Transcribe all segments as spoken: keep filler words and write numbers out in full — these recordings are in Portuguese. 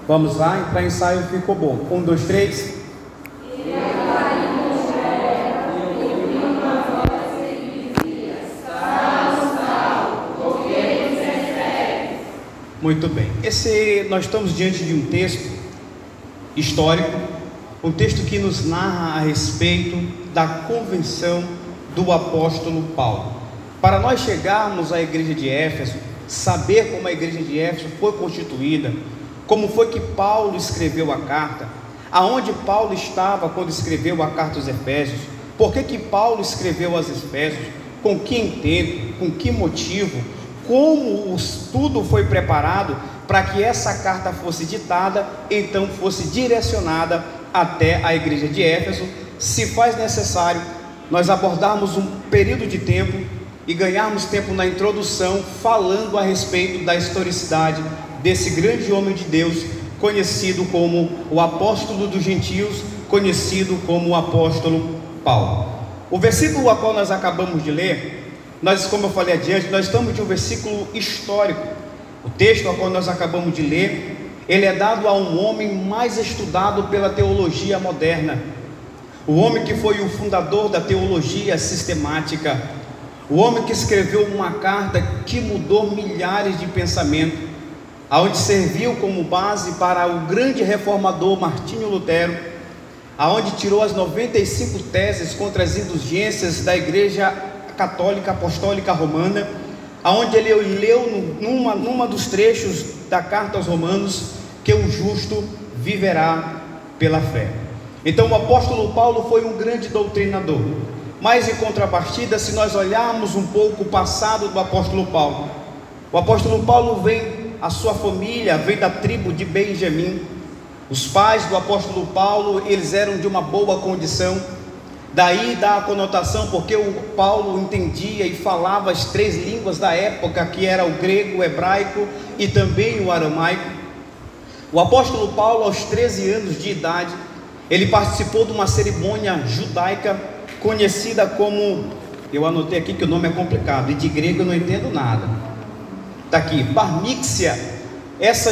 Vamos lá, para ensaio ficou bom. Um, dois, três. Muito bem. Esse, nós estamos diante de um texto histórico, um texto que nos narra a respeito da convenção do apóstolo Paulo. Para nós chegarmos à igreja de Éfeso, saber como a igreja de Éfeso foi constituída, como foi que Paulo escreveu a carta, aonde Paulo estava quando escreveu a carta aos Efésios, por que que Paulo escreveu aos Efésios, com que intento, com que motivo, como os, tudo foi preparado para que essa carta fosse ditada, então fosse direcionada até a igreja de Éfeso. Se faz necessário nós abordarmos um período de tempo e ganharmos tempo na introdução, falando a respeito da historicidade desse grande homem de Deus, conhecido como o apóstolo dos gentios, conhecido como o apóstolo Paulo. O versículo a qual nós acabamos de ler, nós, como eu falei adiante, nós estamos de um versículo histórico. O texto a qual nós acabamos de ler, ele é dado a um homem mais estudado pela teologia moderna, o homem que foi o fundador da teologia sistemática, o homem que escreveu uma carta que mudou milhares de pensamentos, aonde serviu como base para o grande reformador Martinho Lutero, aonde tirou as noventa e cinco teses contra as indulgências da igreja católica apostólica romana, aonde ele leu numa, numa dos trechos da carta aos Romanos que o justo viverá pela fé. Então o apóstolo Paulo foi um grande doutrinador, mas em contrapartida, se nós olharmos um pouco o passado do apóstolo Paulo, o apóstolo Paulo vem, a sua família vem da tribo de Benjamim. Os pais do apóstolo Paulo, eles eram de uma boa condição. Daí dá a conotação, porque o Paulo entendia e falava as três línguas da época, que era o grego, o hebraico e também o aramaico. O apóstolo Paulo, aos treze anos de idade, ele participou de uma cerimônia judaica conhecida como, eu anotei aqui que o nome é complicado, e de grego eu não entendo nada. Está aqui, bar mixia. Essa,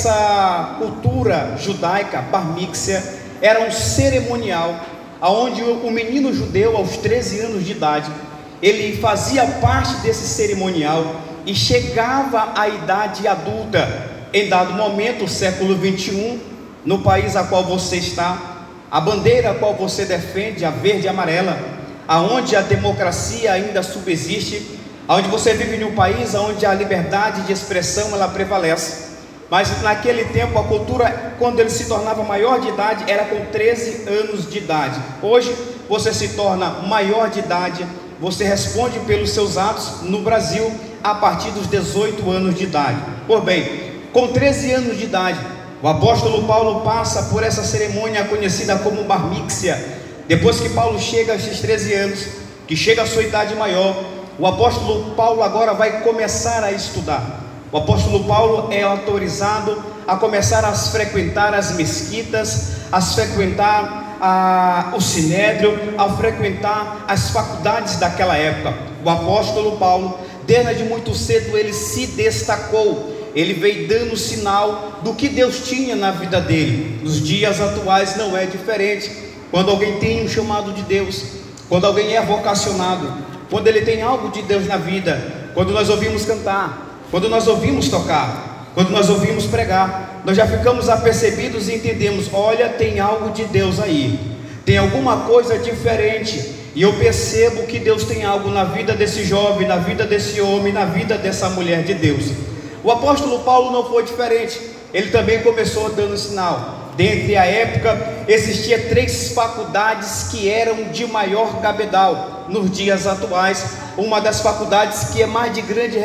essa cultura judaica, bar mixia, era um cerimonial aonde o menino judeu, aos treze anos de idade, ele fazia parte desse cerimonial e chegava à idade adulta. Em dado momento, século vinte e um, no país a qual você está, a bandeira a qual você defende, a verde e amarela, aonde a democracia ainda subsiste, aonde você vive em um país onde a liberdade de expressão ela prevalece. Mas naquele tempo a cultura, quando ele se tornava maior de idade, era com treze anos de idade. Hoje você se torna maior de idade, você responde pelos seus atos no Brasil a partir dos dezoito anos de idade. Por bem, com treze anos de idade, o apóstolo Paulo passa por essa cerimônia conhecida como bar mixia. Depois que Paulo chega a esses treze anos, que chega à sua idade maior, o apóstolo Paulo agora vai começar a estudar. O apóstolo Paulo é autorizado a começar a frequentar as mesquitas, a frequentar a, o sinédrio, a frequentar as faculdades daquela época. O apóstolo Paulo, desde muito cedo, ele se destacou, ele veio dando sinal do que Deus tinha na vida dele. Nos dias atuais não é diferente. Quando alguém tem um chamado de Deus, quando alguém é vocacionado, quando ele tem algo de Deus na vida, quando nós ouvimos cantar, quando nós ouvimos tocar, quando nós ouvimos pregar, nós já ficamos apercebidos e entendemos, olha, tem algo de Deus aí, tem alguma coisa diferente, e eu percebo que Deus tem algo na vida desse jovem, na vida desse homem, na vida dessa mulher de Deus. O apóstolo Paulo não foi diferente, ele também começou dando sinal. Dentre a época, existia três faculdades que eram de maior cabedal. Nos dias atuais, uma das faculdades que é mais de grande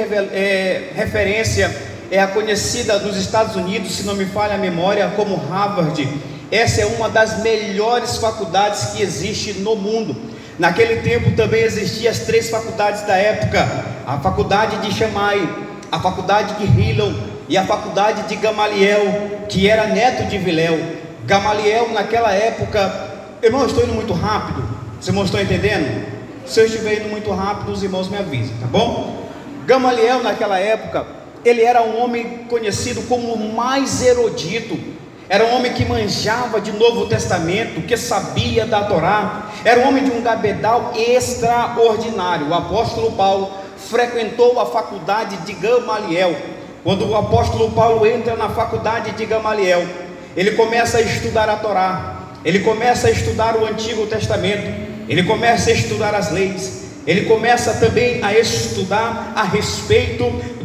é, referência é a conhecida nos Estados Unidos, se não me falha a memória, como Harvard. Essa é uma das melhores faculdades que existe no mundo. Naquele tempo também existiam as três faculdades da época: a faculdade de Shammai, a faculdade de Hillel e a faculdade de Gamaliel, que era neto de Viléu. Gamaliel naquela época, irmão, eu estou indo muito rápido, vocês irmãos estão entendendo? Se eu estiver indo muito rápido, os irmãos me avisam, tá bom? Gamaliel naquela época, ele era um homem conhecido como o mais erudito era um homem que manjava de Novo Testamento, que sabia da Torá, era um homem de um cabedal extraordinário. O apóstolo Paulo frequentou a faculdade de Gamaliel. Quando o apóstolo Paulo entra na faculdade de Gamaliel, ele começa a estudar a Torá, ele começa a estudar o Antigo Testamento, ele começa a estudar as leis, ele começa também a estudar a respeito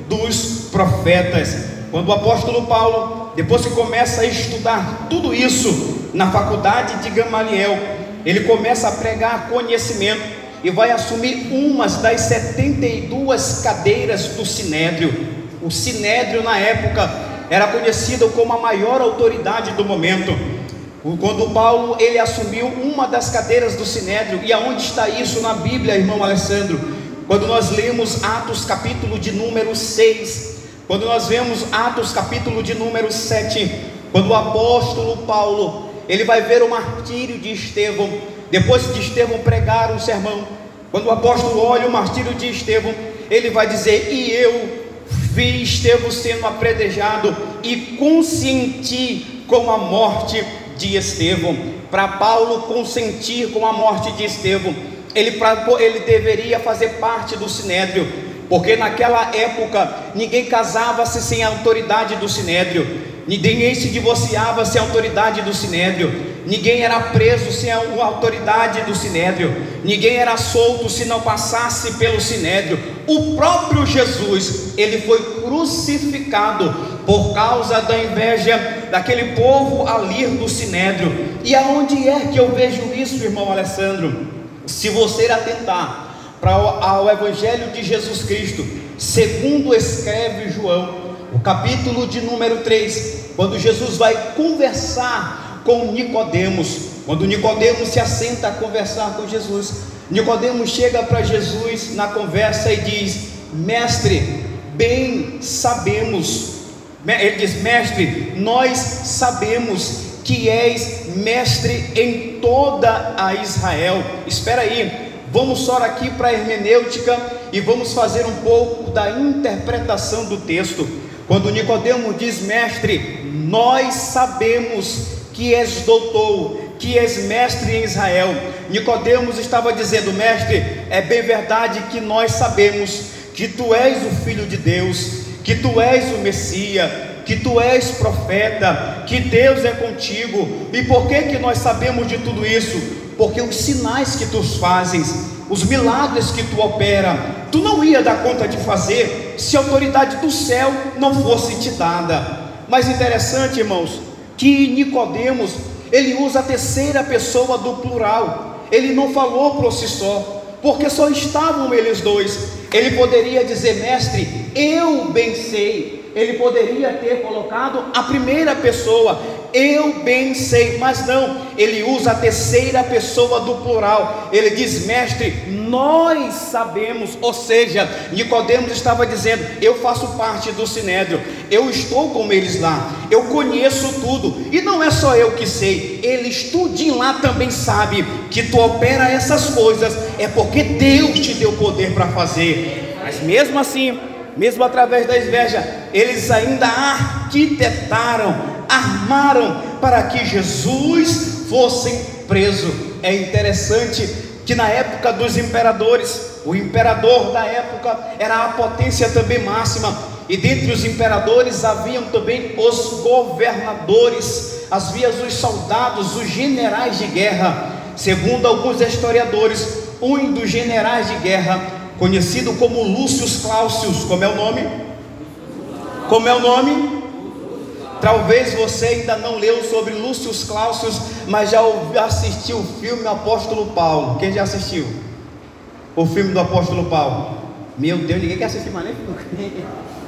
dos profetas. Quando o apóstolo Paulo, depois que começa a estudar tudo isso na faculdade de Gamaliel, ele começa a pregar conhecimento e vai assumir uma das setenta e duas cadeiras do Sinédrio. O Sinédrio na época era conhecido como a maior autoridade do momento. Quando Paulo ele assumiu uma das cadeiras do Sinédrio, e aonde está isso na Bíblia, irmão Alessandro? Quando nós lemos Atos capítulo de número seis, quando nós vemos Atos capítulo de número sete, quando o apóstolo Paulo ele vai ver o martírio de Estevão, depois de Estevão pregar um sermão, quando o apóstolo olha o martírio de Estevão, ele vai dizer: e eu vi Estevão sendo apredejado e consenti com a morte de Estevão. Para Paulo consentir com a morte de Estevão, ele, pra, ele deveria fazer parte do Sinédrio, porque naquela época ninguém casava-se sem a autoridade do Sinédrio, ninguém se divorciava sem a autoridade do Sinédrio, ninguém era preso sem a autoridade do Sinédrio, ninguém era solto se não passasse pelo Sinédrio. O próprio Jesus, ele foi crucificado por causa da inveja daquele povo ali do Sinédrio. E aonde é que eu vejo isso, irmão Alessandro? Se você atentar para o Evangelho de Jesus Cristo, segundo escreve João, o capítulo de número três, quando Jesus vai conversar com Nicodemos, quando Nicodemos se assenta a conversar com Jesus, Nicodemos chega para Jesus na conversa e diz: mestre, bem sabemos, ele diz: mestre, nós sabemos que és mestre em toda a Israel. Espera aí, vamos só aqui para a hermenêutica e vamos fazer um pouco da interpretação do texto. Quando Nicodemos diz: mestre, nós sabemos que és doutor, que és mestre em Israel, Nicodemos estava dizendo: mestre, é bem verdade que nós sabemos que tu és o Filho de Deus, que tu és o Messias, que tu és profeta, que Deus é contigo. E por que que nós sabemos de tudo isso? Porque os sinais que tu fazes, os milagres que tu opera, tu não ia dar conta de fazer se a autoridade do céu não fosse te dada. Mas interessante, irmãos, que Nicodemos, ele usa a terceira pessoa do plural, ele não falou por si só, porque só estavam eles dois. Ele poderia dizer: mestre, eu bem sei. Ele poderia ter colocado a primeira pessoa, eu bem sei, mas não, ele usa a terceira pessoa do plural. Ele diz: mestre, nós sabemos. Ou seja, Nicodemos estava dizendo: eu faço parte do Sinédrio, eu estou com eles lá, eu conheço tudo, e não é só eu que sei, eles tudinho lá também sabe que tu opera essas coisas, é porque Deus te deu poder para fazer. Mas mesmo assim, mesmo através da inveja, eles ainda arquitetaram, armaram para que Jesus fosse preso. É interessante que na época dos imperadores, o imperador da época era a potência também máxima, e dentre os imperadores haviam também os governadores, havia os soldados, os generais de guerra. Segundo alguns historiadores, um dos generais de guerra, conhecido como Lúcio Cláudio, como é o nome? Como é o nome? Talvez você ainda não leu sobre Lúcio Cláudio, mas já ouviu, assistiu o filme Apóstolo Paulo. Quem já assistiu o filme do Apóstolo Paulo? Meu Deus, ninguém quer assistir mais nem filme.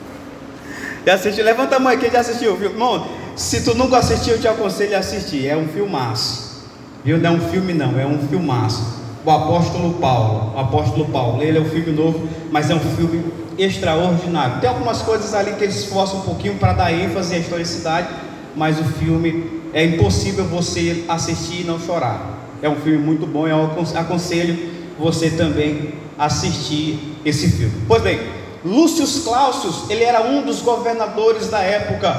Já assistiu? Levanta a mão aí, quem já assistiu o filme? Irmão, se tu nunca assistiu, eu te aconselho a assistir. É um filmaço, viu? Não é um filme não, é um filmaço. O Apóstolo Paulo, o Apóstolo Paulo, ele é um filme novo, mas é um filme extraordinário. Tem algumas coisas ali que eles esforçam um pouquinho para dar ênfase à historicidade, mas o filme é impossível você assistir e não chorar. É um filme muito bom, eu aconselho você também assistir esse filme. Pois bem, Lúcio Cláudio, ele era um dos governadores da época,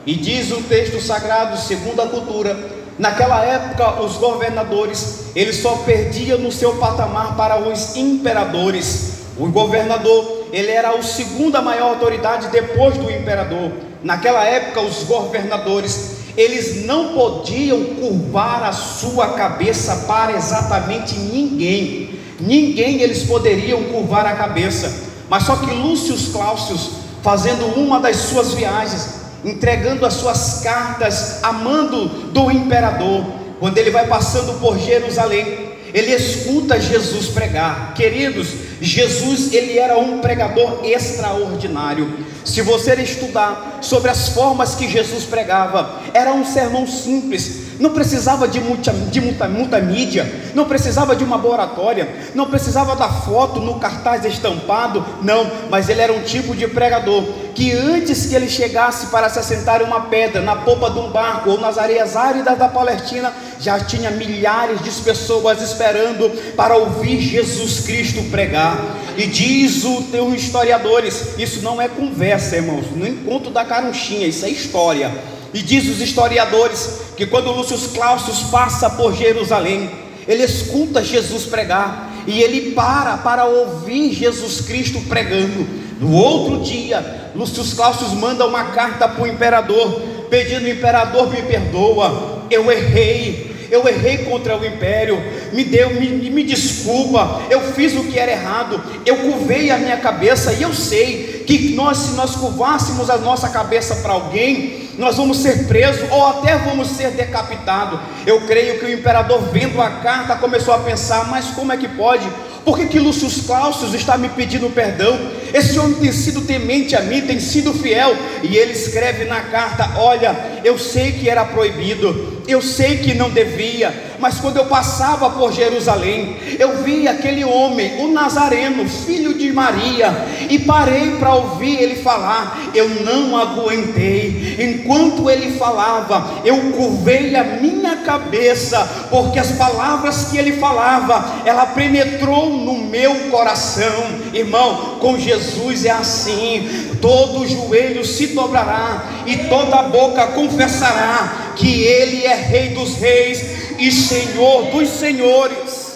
E diz o texto sagrado, segundo a cultura, naquela época os governadores, eles só perdiam no seu patamar para os imperadores. O governador, ele era a segunda maior autoridade depois do imperador. Naquela época os governadores, eles não podiam curvar a sua cabeça para exatamente ninguém. Ninguém eles poderiam curvar a cabeça. Mas só que Lúcio Cláudio, fazendo uma das suas viagens, entregando as suas cartas a mando do imperador, quando ele vai passando por Jerusalém, ele escuta Jesus pregar. Queridos, Jesus, ele era um pregador extraordinário. Se você estudar sobre as formas que Jesus pregava, era um sermão simples, não precisava de muita, de muita, muita mídia, não precisava de uma oratória, não precisava da foto no cartaz estampado, não, mas ele era um tipo de pregador, que antes que ele chegasse para se assentar em uma pedra, na popa de um barco, ou nas areias áridas da Palestina, já tinha milhares de pessoas esperando para ouvir Jesus Cristo pregar. E diz o teu historiadores, isso não é conversa, irmãos, no encontro da carunchinha, isso é história. E diz os historiadores que quando Lúcio Cláudio passa por Jerusalém, ele escuta Jesus pregar e ele para para ouvir Jesus Cristo pregando. No outro dia, Lúcio Cláudio manda uma carta para o imperador, pedindo: imperador, me perdoa, eu errei. Eu errei contra o império, me deu, me, me desculpa, eu fiz o que era errado, eu curvei a minha cabeça, e eu sei que nós, se nós curvássemos a nossa cabeça para alguém, nós vamos ser presos, ou até vamos ser decapitados. Eu creio que o imperador, vendo a carta, começou a pensar: mas como é que pode? Por que que Lúcio Cláudio está me pedindo perdão? Esse homem tem sido temente a mim, tem sido fiel. E ele escreve na carta: olha, eu sei que era proibido, eu sei que não devia, mas quando eu passava por Jerusalém, eu vi aquele homem, o Nazareno, filho de Maria, e parei para ouvir ele falar. Eu não aguentei, enquanto ele falava, eu curvei a minha cabeça, porque as palavras que ele falava, ela penetrou no meu coração. Irmão, com Jesus é assim: todo joelho se dobrará e toda boca confessará que ele é Rei dos reis e Senhor dos senhores.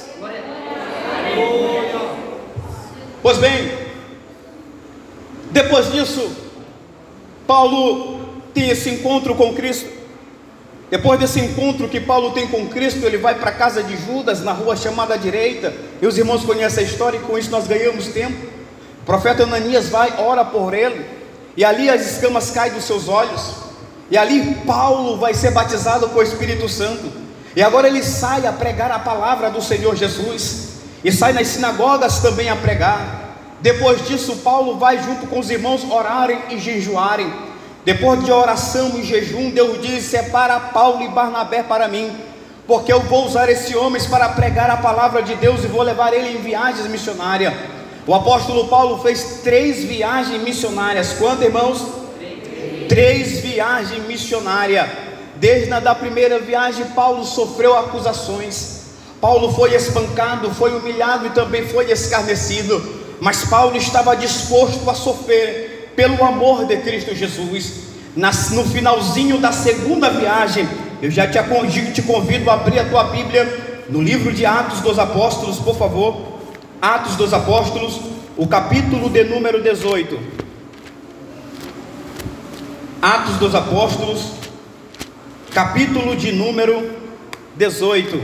Pois bem, depois disso, Paulo tem esse encontro com Cristo. Depois desse encontro que Paulo tem com Cristo, ele vai para a casa de Judas, na rua chamada direita, e os irmãos conhecem a história, e com isso nós ganhamos tempo. O profeta Ananias vai, ora por ele, e ali as escamas caem dos seus olhos, e ali Paulo vai ser batizado com o Espírito Santo, e agora ele sai a pregar a palavra do Senhor Jesus, e sai nas sinagogas também a pregar. Depois disso, Paulo vai junto com os irmãos orarem e jejuarem. Depois de oração e jejum, Deus diz: separa Paulo e Barnabé para mim, porque eu vou usar esses homens para pregar a palavra de Deus e vou levar ele em viagens missionárias. O apóstolo Paulo fez três viagens missionárias. Quanto, irmãos? Três, três viagens missionárias. Desde a da primeira viagem, Paulo sofreu acusações, Paulo foi espancado, foi humilhado e também foi escarnecido, mas Paulo estava disposto a sofrer pelo amor de Cristo Jesus. No finalzinho da segunda viagem, eu já te te convido a abrir a tua Bíblia no livro de Atos dos Apóstolos, por favor. Atos dos Apóstolos, o capítulo de número dezoito. Atos dos Apóstolos, capítulo de número dezoito,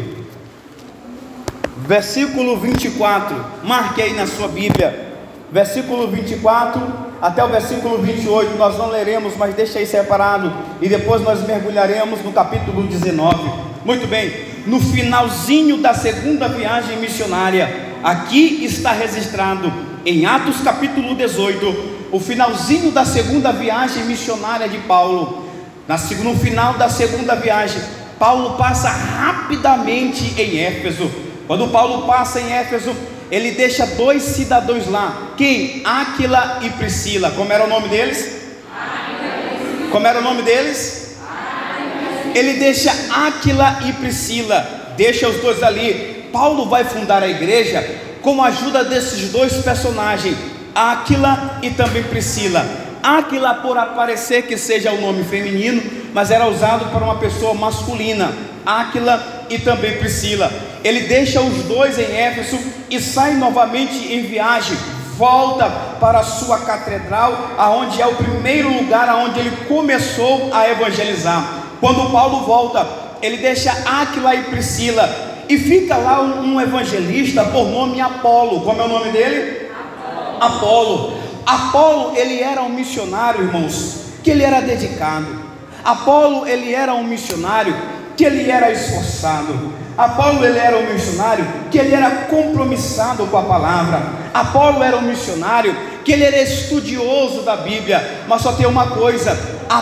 versículo vinte e quatro. Marque aí na sua Bíblia, versículo vinte e quatro até o versículo vinte e oito. Nós não leremos, mas deixa aí separado, e depois nós mergulharemos no capítulo dezenove. Muito bem, no finalzinho da segunda viagem missionária, aqui está registrado em Atos capítulo dezoito, o finalzinho da segunda viagem missionária de Paulo. No final da segunda viagem, Paulo passa rapidamente em Éfeso. Quando Paulo passa em Éfeso, ele deixa dois cidadãos lá. Quem? Áquila e Priscila. Como era o nome deles? Como era o nome deles? Ele deixa Áquila e Priscila, deixa os dois ali. Paulo vai fundar a igreja com a ajuda desses dois personagens, Áquila e também Priscila. Áquila, por parecer que seja o nome feminino, mas era usado para uma pessoa masculina, Áquila e também Priscila. Ele deixa os dois em Éfeso e sai novamente em viagem, volta para a sua catedral, aonde é o primeiro lugar aonde ele começou a evangelizar. Quando Paulo volta, ele deixa Áquila e Priscila e fica lá um, um evangelista por nome Apolo. Como é o nome dele? Apolo. Apolo. Apolo, ele era um missionário, irmãos, que ele era dedicado. Apolo, ele era um missionário que ele era esforçado. Apolo, ele era um missionário que ele era compromissado com a palavra. Apolo era um missionário que ele era estudioso da Bíblia. Mas só tem uma coisa: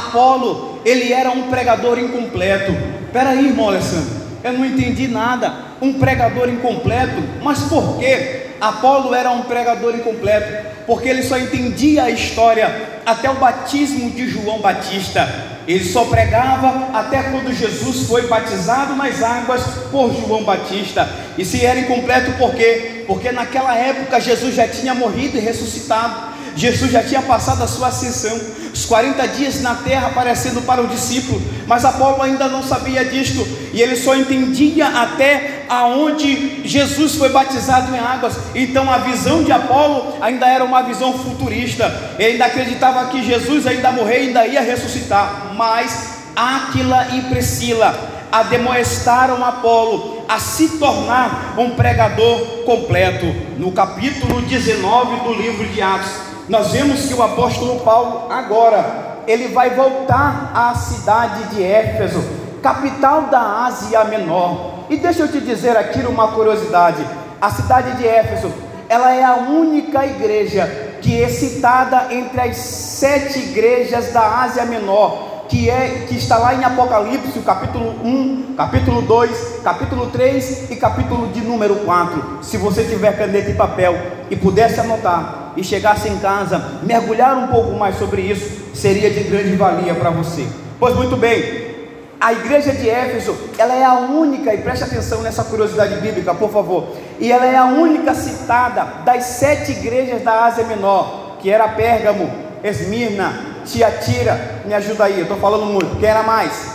Apolo, ele era um pregador incompleto. Espera aí, irmão Alessandro, eu não entendi nada. Um pregador incompleto, mas por quê? Apolo era um pregador incompleto porque ele só entendia a história até o batismo de João Batista. Ele só pregava até quando Jesus foi batizado nas águas por João Batista. E se era incompleto, por quê? Porque naquela época Jesus já tinha morrido e ressuscitado. Jesus já tinha passado a sua ascensão, os quarenta dias na terra aparecendo para o discípulo, mas Apolo ainda não sabia disto, e ele só entendia até aonde Jesus foi batizado em águas. Então a visão de Apolo ainda era uma visão futurista. Ele ainda acreditava que Jesus ainda morreu e ainda ia ressuscitar. Mas Áquila e Priscila admoestaram Apolo a se tornar um pregador completo. No capítulo dezenove do livro de Atos, nós vemos que o apóstolo Paulo agora, ele vai voltar à cidade de Éfeso, capital da Ásia Menor. E deixa eu te dizer aqui uma curiosidade: a cidade de Éfeso, ela é a única igreja que é citada entre as sete igrejas da Ásia Menor, que, é, que está lá em Apocalipse, capítulo um, capítulo dois, capítulo três e capítulo de número quatro. Se você tiver caneta e papel e pudesse anotar e chegasse em casa, mergulhar um pouco mais sobre isso, seria de grande valia para você. Pois muito bem, a igreja de Éfeso, ela é a única, e preste atenção nessa curiosidade bíblica, por favor, e ela é a única citada das sete igrejas da Ásia Menor, que era Pérgamo, Esmirna, Tiatira. Me ajuda aí, eu estou falando muito. Quem era mais?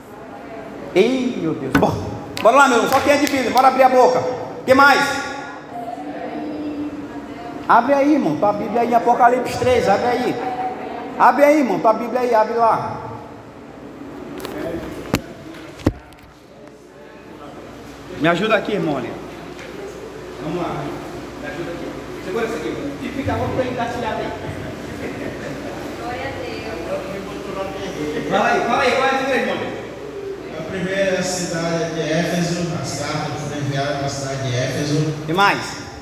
Ei, meu Deus. Bom, bora lá, meu irmão, só quem é de Bíblia, bora abrir a boca. Quem mais? Abre aí, irmão, tua Bíblia aí em Apocalipse três, abre aí. Abre aí, irmão, tua Bíblia aí, abre lá. Me ajuda aqui, irmão, ali. Vamos lá, me ajuda aqui. Segura isso aqui, irmão. E fica, vamos ter engatilhado aí. Glória a Deus. Fala aí, fala aí, qual é a igreja, irmão? A primeira cidade de Éfeso, as cartas foram enviadas para a cidade de Éfeso. E mais?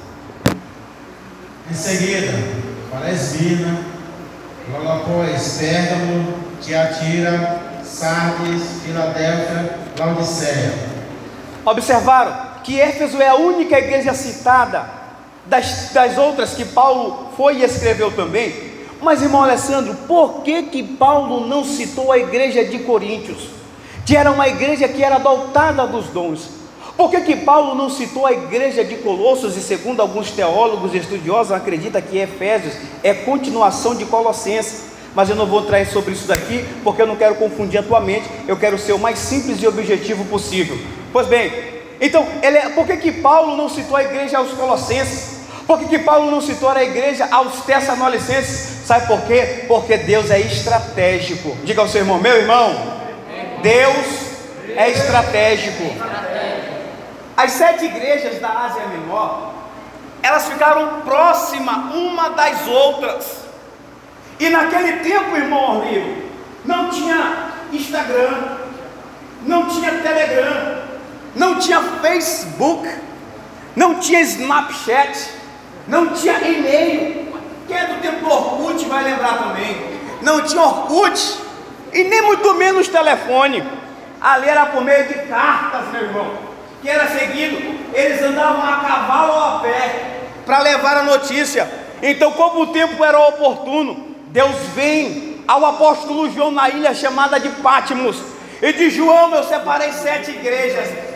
Em seguida, para Esmirna, logo após Pérgamo, Tiatira, Sardes, Filadélfia, Laodiceia. Observaram que Éfeso é a única igreja citada das, das outras que Paulo foi e escreveu também. Mas, irmão Alessandro, por que que Paulo não citou a igreja de Coríntios, que era uma igreja que era dotada dos dons? Por que que Paulo não citou a igreja de Colossos? E segundo alguns teólogos e estudiosos, acredita que Efésios é continuação de Colossenses. Mas eu não vou trazer sobre isso daqui, porque eu não quero confundir a tua mente. Eu quero ser o mais simples e objetivo possível. Pois bem, então, ele, por que que Paulo não citou a igreja aos Colossenses? Por que que Paulo não citou a igreja aos Tessalonicenses? Sabe por quê? Porque Deus é estratégico. Diga ao seu irmão: meu irmão, Deus é estratégico. As sete igrejas da Ásia Menor, elas ficaram próximas uma das outras. E naquele tempo, irmão Orlando, não tinha Instagram, não tinha Telegram, não tinha Facebook, não tinha Snapchat, não tinha e-mail. Quem é do tempo do Orkut vai lembrar também. Não tinha Orkut e nem muito menos telefone. Ali era por meio de cartas, meu irmão, que era seguido. Eles andavam a cavalo ou a pé para levar a notícia. Então, como o tempo era oportuno, Deus vem ao apóstolo João na ilha chamada de Pátimos e diz: João, eu separei sete igrejas.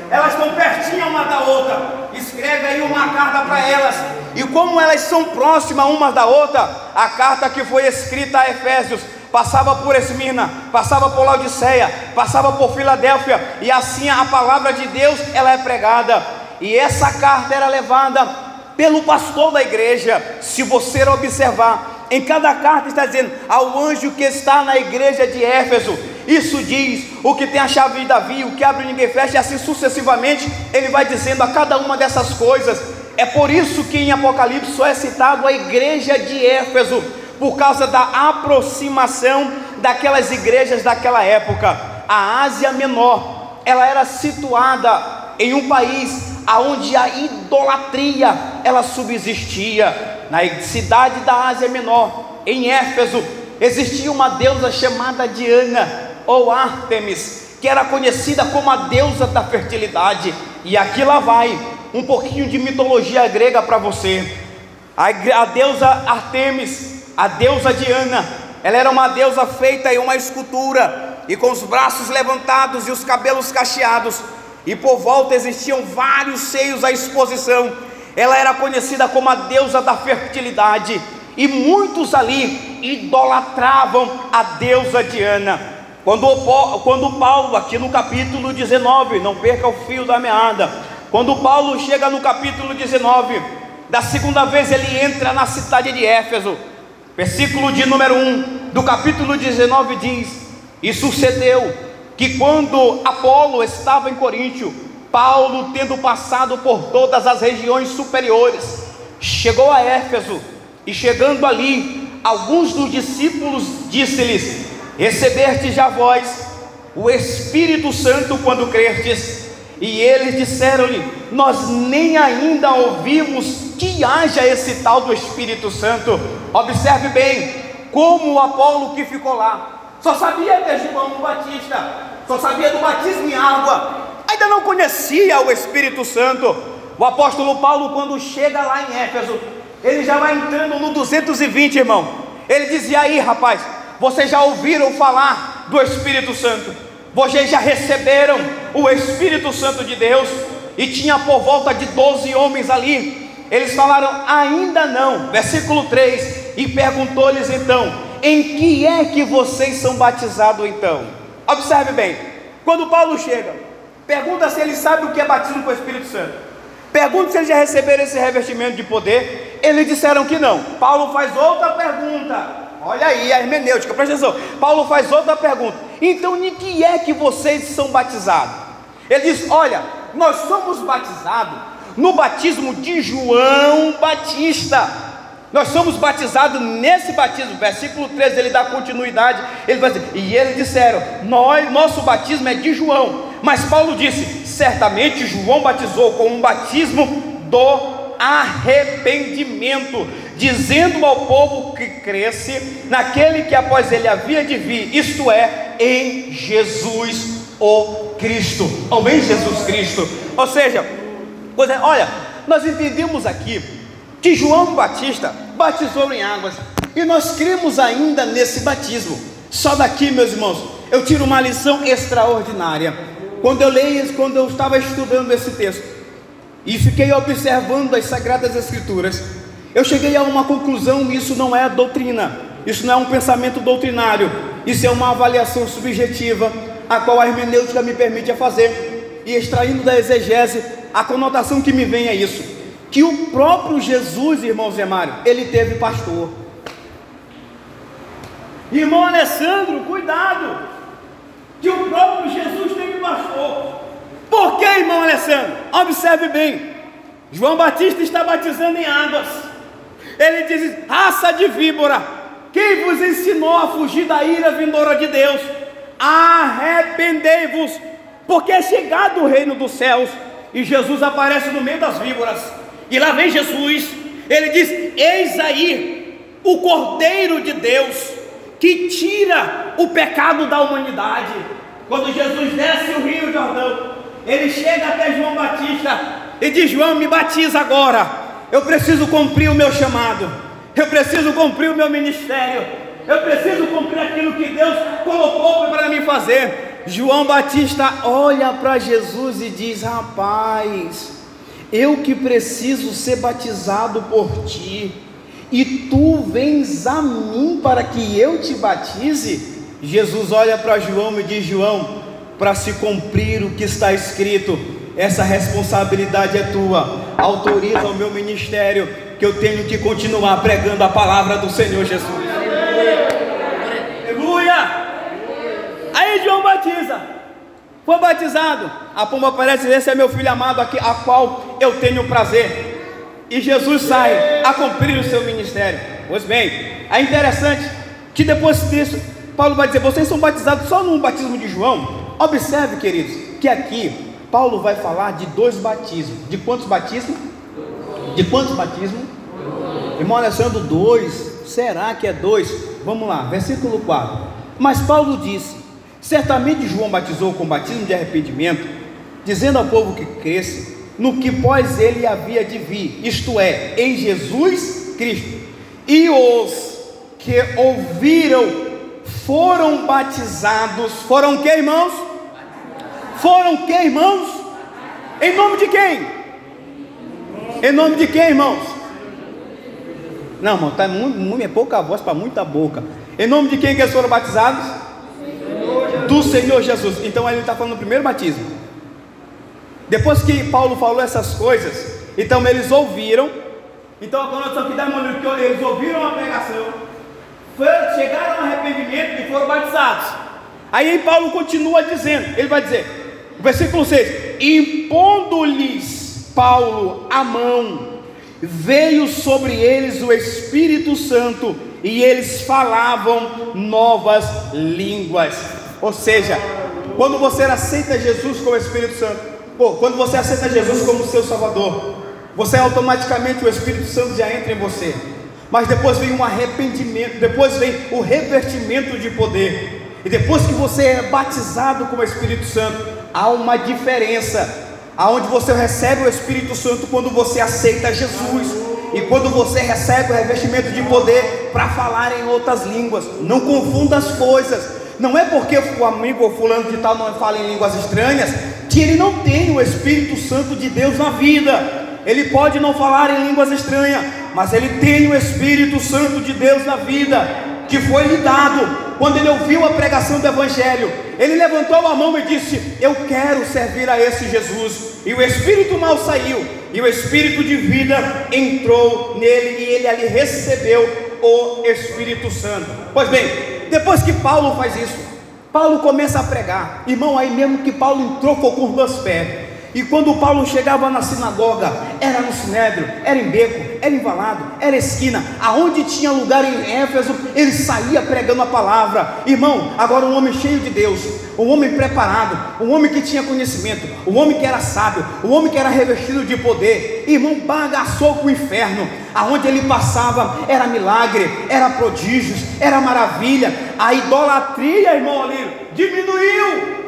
elas estão pertinho uma da outra. Escreve aí uma carta para elas. E como elas são próximas uma da outra, a carta que foi escrita a Efésios passava por Esmirna, passava por Laodiceia, passava por Filadélfia, e assim a palavra de Deus ela é pregada. E essa carta era levada pelo pastor da igreja. Se você observar, em cada carta está dizendo ao anjo que está na igreja de Éfeso. Isso diz o que tem a chave de Davi, o que abre ninguém fecha, e assim sucessivamente ele vai dizendo a cada uma dessas coisas. É por isso que em Apocalipse só é citado a igreja de Éfeso, por causa da aproximação daquelas igrejas daquela época. A Ásia Menor, ela era situada em um país onde a idolatria ela subsistia. Na cidade da Ásia Menor, em Éfeso, existia uma deusa chamada Diana ou Ártemis, que era conhecida como a deusa da fertilidade. E aqui lá vai um pouquinho de mitologia grega para você. A, a deusa Ártemis, a deusa Diana, ela era uma deusa feita em uma escultura, e com os braços levantados e os cabelos cacheados, e por volta existiam vários seios à exposição. Ela era conhecida como a deusa da fertilidade, e muitos ali idolatravam a deusa Diana. Quando, quando Paulo, aqui no capítulo dezenove, não perca o fio da meada, quando Paulo chega no capítulo dezenove, da segunda vez ele entra na cidade de Éfeso, versículo de número um do capítulo dezenove diz: e sucedeu que quando Apolo estava em Coríntio, Paulo, tendo passado por todas as regiões superiores, chegou a Éfeso, e chegando ali, alguns dos discípulos disse-lhes: recebeste já vós o Espírito Santo quando crerdes? E eles disseram-lhe: nós nem ainda ouvimos que haja esse tal do Espírito Santo. Observe bem, como o Apolo que ficou lá, só sabia de João Batista, só sabia do batismo em água, ainda não conhecia o Espírito Santo. O apóstolo Paulo, quando chega lá em Éfeso, ele já vai entrando no duzentos e vinte, irmão. Ele dizia: aí rapaz, vocês já ouviram falar do Espírito Santo? Vocês já receberam o Espírito Santo de Deus? E tinha por volta de doze homens ali. Eles falaram: ainda não. Versículo três, e perguntou-lhes então: em que é que vocês são batizados então? Observe bem, quando Paulo chega, pergunta se eles sabem o que é batismo com o Espírito Santo, pergunta se eles já receberam esse revestimento de poder. Eles disseram que não. Paulo faz outra pergunta, olha aí a hermenêutica, presta atenção. Paulo faz outra pergunta: então em que é que vocês são batizados? Ele diz: olha, nós somos batizados no batismo de João Batista. Nós somos batizados nesse batismo. Versículo treze, ele dá continuidade. Ele vai dizer: e eles disseram: nós, nosso batismo é de João. Mas Paulo disse: certamente João batizou com um batismo do arrependimento, dizendo ao povo que cresce naquele que após ele havia de vir, isto é, em Jesus o Cristo. Ou em Jesus Cristo. Ou seja, pois é, olha, nós entendemos aqui que João Batista batizou em águas, e nós cremos ainda nesse batismo. Só daqui, meus irmãos, eu tiro uma lição extraordinária. Quando eu leio, quando eu estava estudando esse texto e fiquei observando as Sagradas Escrituras, eu cheguei a uma conclusão: isso não é doutrina, isso não é um pensamento doutrinário, isso é uma avaliação subjetiva, a qual a hermenêutica me permite fazer, e extraindo da exegese, a conotação que me vem é isso: que o próprio Jesus, irmão Zé Mário, ele teve pastor. Irmão Alessandro, cuidado, que o próprio Jesus teve pastor. Por que, irmão Alessandro? Observe bem, João Batista está batizando em águas. Ele diz: raça de víbora, quem vos ensinou a fugir da ira vindoura de Deus? Arrependei-vos, porque é chegado o reino dos céus. E Jesus aparece no meio das víboras, e lá vem Jesus. Ele diz: eis aí o Cordeiro de Deus, que tira o pecado da humanidade. Quando Jesus desce o rio Jordão, ele chega até João Batista e diz: João, me batiza agora, eu preciso cumprir o meu chamado, eu preciso cumprir o meu ministério, eu preciso cumprir aquilo que Deus colocou para mim fazer. João Batista olha para Jesus e diz: rapaz, eu que preciso ser batizado por ti, e tu vens a mim para que eu te batize? Jesus olha para João e diz: João, para se cumprir o que está escrito, essa responsabilidade é tua, autoriza o meu ministério, que eu tenho que continuar pregando a palavra do Senhor Jesus. Aleluia! Aí João batiza, foi batizado, a pomba aparece: esse é meu filho amado, aqui, a qual eu tenho prazer. E Jesus sai a cumprir o seu ministério. Pois bem, é interessante que depois disso, Paulo vai dizer: vocês são batizados só no batismo de João. Observe, queridos, que aqui Paulo vai falar de dois batismos. De quantos batismos? De quantos batismos? Irmão Alessandro, dois. Será que é dois? Vamos lá, versículo quatro. Mas Paulo disse: certamente João batizou com batismo de arrependimento, dizendo ao povo que cresce no que pós ele havia de vir, isto é, em Jesus Cristo. E os que ouviram foram batizados. Foram que, irmãos? Foram que, irmãos? Em nome de quem? Em nome de quem, irmãos? Não, irmão, tá muito, muito, é pouca voz para muita boca. Em nome de quem que eles foram batizados? Do Senhor Jesus. Então ele está falando do primeiro batismo. Depois que Paulo falou essas coisas, então eles ouviram. Então a conotação que dá, irmão, que eles ouviram a pregação, foram, chegaram ao arrependimento e foram batizados. Aí Paulo continua dizendo, ele vai dizer, versículo seis: impondo-lhes Paulo a mão, veio sobre eles o Espírito Santo, e eles falavam novas línguas. Ou seja, quando você aceita Jesus como Espírito Santo, pô, quando você aceita Jesus como seu Salvador, você automaticamente, o Espírito Santo já entra em você. Mas depois vem um arrependimento, depois vem o revertimento de poder. E depois que você é batizado com o Espírito Santo, há uma diferença, aonde você recebe o Espírito Santo quando você aceita Jesus, e quando você recebe o revestimento de poder para falar em outras línguas. Não confunda as coisas. Não é porque o amigo ou fulano de tal não fala em línguas estranhas, que ele não tem o Espírito Santo de Deus na vida. Ele pode não falar em línguas estranhas, mas ele tem o Espírito Santo de Deus na vida, que foi lhe dado. Quando ele ouviu a pregação do Evangelho, ele levantou a mão e disse: eu quero servir a esse Jesus. E o espírito mal saiu, e o espírito de vida entrou nele, e ele ali recebeu o Espírito Santo. Pois bem, depois que Paulo faz isso, Paulo começa a pregar. Irmão, aí mesmo que Paulo entrou foi com os dois pés. E quando Paulo chegava na sinagoga, era no sinédrio, era em beco, era em valado, era esquina, aonde tinha lugar em Éfeso, ele saía pregando a palavra. Irmão, agora um homem cheio de Deus, um homem preparado, um homem que tinha conhecimento, um homem que era sábio, um homem que era revestido de poder, irmão, bagaçou com o inferno. Aonde ele passava era milagre, era prodígios, era maravilha. A idolatria, irmão Alírio, diminuiu.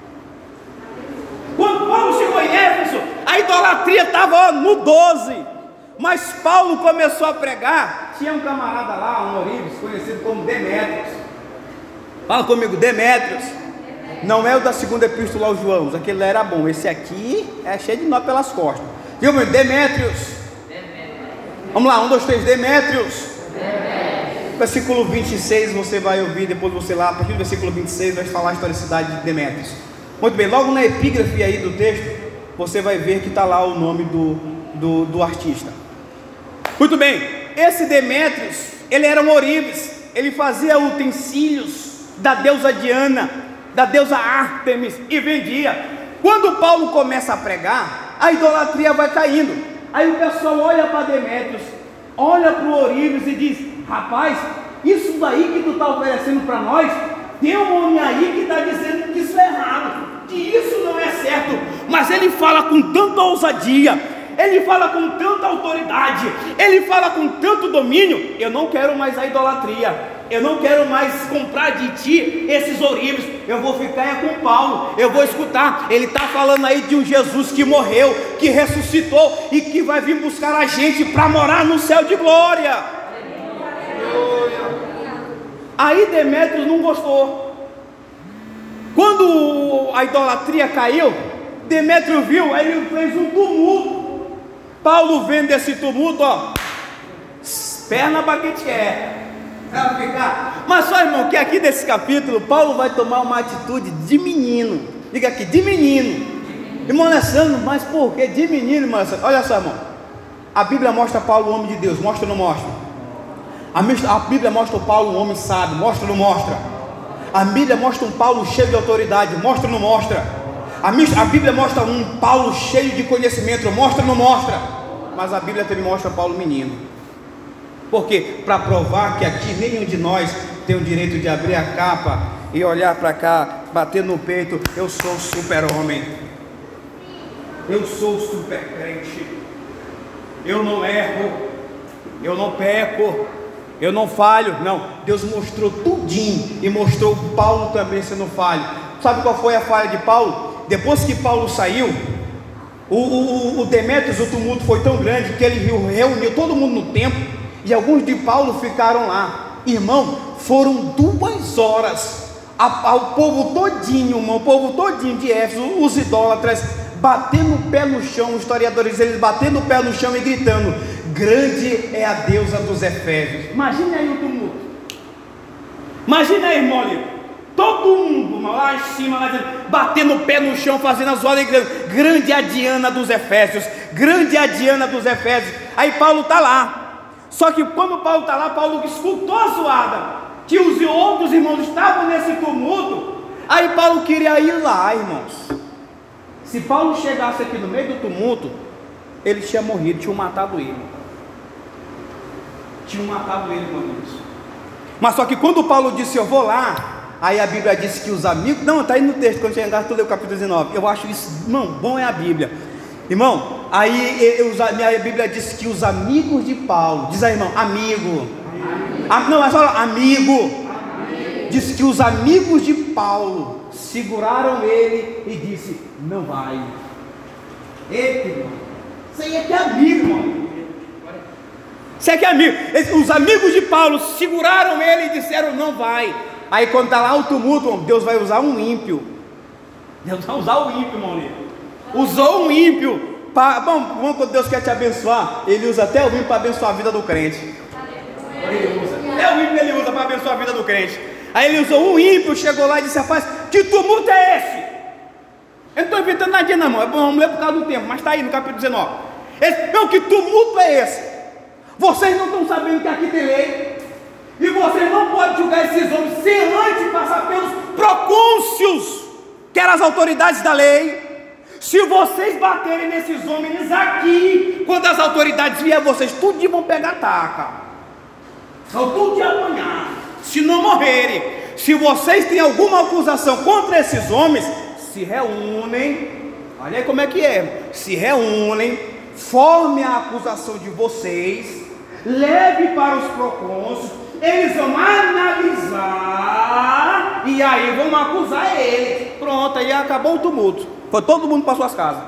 Quando Paulo chegou em Éfeso, a idolatria estava no doze. Mas Paulo começou a pregar. Tinha um camarada lá, um Ourives, conhecido como Demétrios. Fala comigo, Demétrios. Não é o da segunda epístola aos João, aquele lá era bom. Esse aqui é cheio de nó pelas costas. Viu, meu? Demétrios. Vamos lá, um, dois, três, Demétrios. Demétrios. Versículo vinte e seis, você vai ouvir, depois você lá, a partir do versículo vinte e seis, vai falar a historicidade de Demétrios. Muito bem, logo na epígrafe aí do texto, você vai ver que está lá o nome do, do, do artista. Muito bem, esse Demétrios, ele era um Ourives, ele fazia utensílios da deusa Diana, da deusa Ártemis, e vendia. Quando Paulo começa a pregar, a idolatria vai caindo. Aí o pessoal olha para Demétrios, olha para o Ourives e diz: rapaz, isso daí que tu está oferecendo para nós, tem um homem aí que está dizendo que isso é errado, que isso não é certo. Mas ele fala com tanta ousadia, ele fala com tanta autoridade, ele fala com tanto domínio. Eu não quero mais a idolatria, eu não quero mais comprar de ti esses Ourives, eu vou ficar com Paulo, eu vou escutar. Ele está falando aí de um Jesus que morreu, que ressuscitou e que vai vir buscar a gente para morar no céu de glória. Aí Demétrios não gostou. Quando a idolatria caiu, Demétrio viu, aí ele fez um tumulto. Paulo vendo esse tumulto, ó, perna baguete é. Vai ficar. Mas só, irmão, que aqui desse capítulo, Paulo vai tomar uma atitude de menino. Diga aqui, de menino. Irmão Alessandro, mas por que de menino, irmão Alessandro? Olha só, irmão. A Bíblia mostra Paulo o homem de Deus, mostra ou não mostra? A Bíblia mostra o Paulo um homem sábio, mostra ou não mostra? A Bíblia mostra um Paulo cheio de autoridade, mostra ou não mostra? A Bíblia mostra um Paulo cheio de conhecimento, mostra ou não mostra? Mas a Bíblia também mostra Paulo menino. Por quê? Para provar que aqui nenhum de nós tem o direito de abrir a capa e olhar para cá, bater no peito, eu sou super homem, eu sou super crente, eu não erro, eu não peco, eu não falho. Não, Deus mostrou tudinho e mostrou Paulo também sendo falho. Sabe qual foi a falha de Paulo? Depois que Paulo saiu, o, o, o Demétrios, o tumulto foi tão grande que ele reuniu todo mundo no templo e alguns de Paulo ficaram lá. Irmão, foram duas horas, a, a, o povo todinho, irmão, o povo todinho de Éfeso, os idólatras, batendo o pé no chão, os historiadores, eles batendo o pé no chão e gritando: grande é a deusa dos Efésios. Imagina aí o tumulto, imagina aí, irmão, ali, todo mundo lá em cima, lá dentro, batendo o pé no chão, fazendo as ordens, gritando: grande é a Diana dos Efésios, grande é a Diana dos Efésios. Aí Paulo está lá. Só que quando Paulo está lá, Paulo escutou a zoada, que os outros irmãos estavam nesse tumulto. Aí Paulo queria ir lá, irmãos. Se Paulo chegasse aqui no meio do tumulto, ele tinha morrido, tinham matado ele. Tinham matado ele, irmãos. Mas só que quando Paulo disse: eu vou lá, aí a Bíblia disse que os amigos... Não, está aí no texto, quando chegar, tu lê o capítulo dezenove. Eu acho isso, irmão, bom é a Bíblia. Irmão, aí eu, a minha Bíblia diz que os amigos de Paulo, diz aí, irmão, amigo, a, não, é só amigo, amigo. Diz que os amigos de Paulo seguraram ele e disse: não vai. Eita, irmão, isso aí é que é amigo, irmão. Isso é que é amigo. Os amigos de Paulo seguraram ele e disseram: não vai. Aí quando está lá o tumulto, irmão, Deus vai usar um ímpio. Deus vai usar o ímpio, irmão. Usou um ímpio. Pra, bom, quando Deus quer te abençoar, Ele usa até o ímpio para abençoar a vida do crente. Ele usa. Até o ímpio Ele usa para abençoar a vida do crente. Aí Ele usou um ímpio, chegou lá e disse: rapaz, que tumulto é esse? Eu não estou inventando nada não, irmão. Vamos ler por causa do tempo, mas está aí no capítulo dezenove. Esse, meu, que tumulto é esse? Vocês não estão sabendo que aqui tem lei, e vocês não podem julgar esses homens sem antes passar pelos procônsulos, que eram as autoridades da lei. Se vocês baterem nesses homens aqui, quando as autoridades vierem, vocês tudo vão pegar taca, são tudo de apanhar, se não morrerem. Se vocês têm alguma acusação contra esses homens, se reúnem, olha aí como é que é, se reúnem, formem a acusação de vocês, leve para os procônsulos, eles vão analisar e aí vão acusar eles. Pronto, aí acabou o tumulto. Foi todo mundo para suas casas.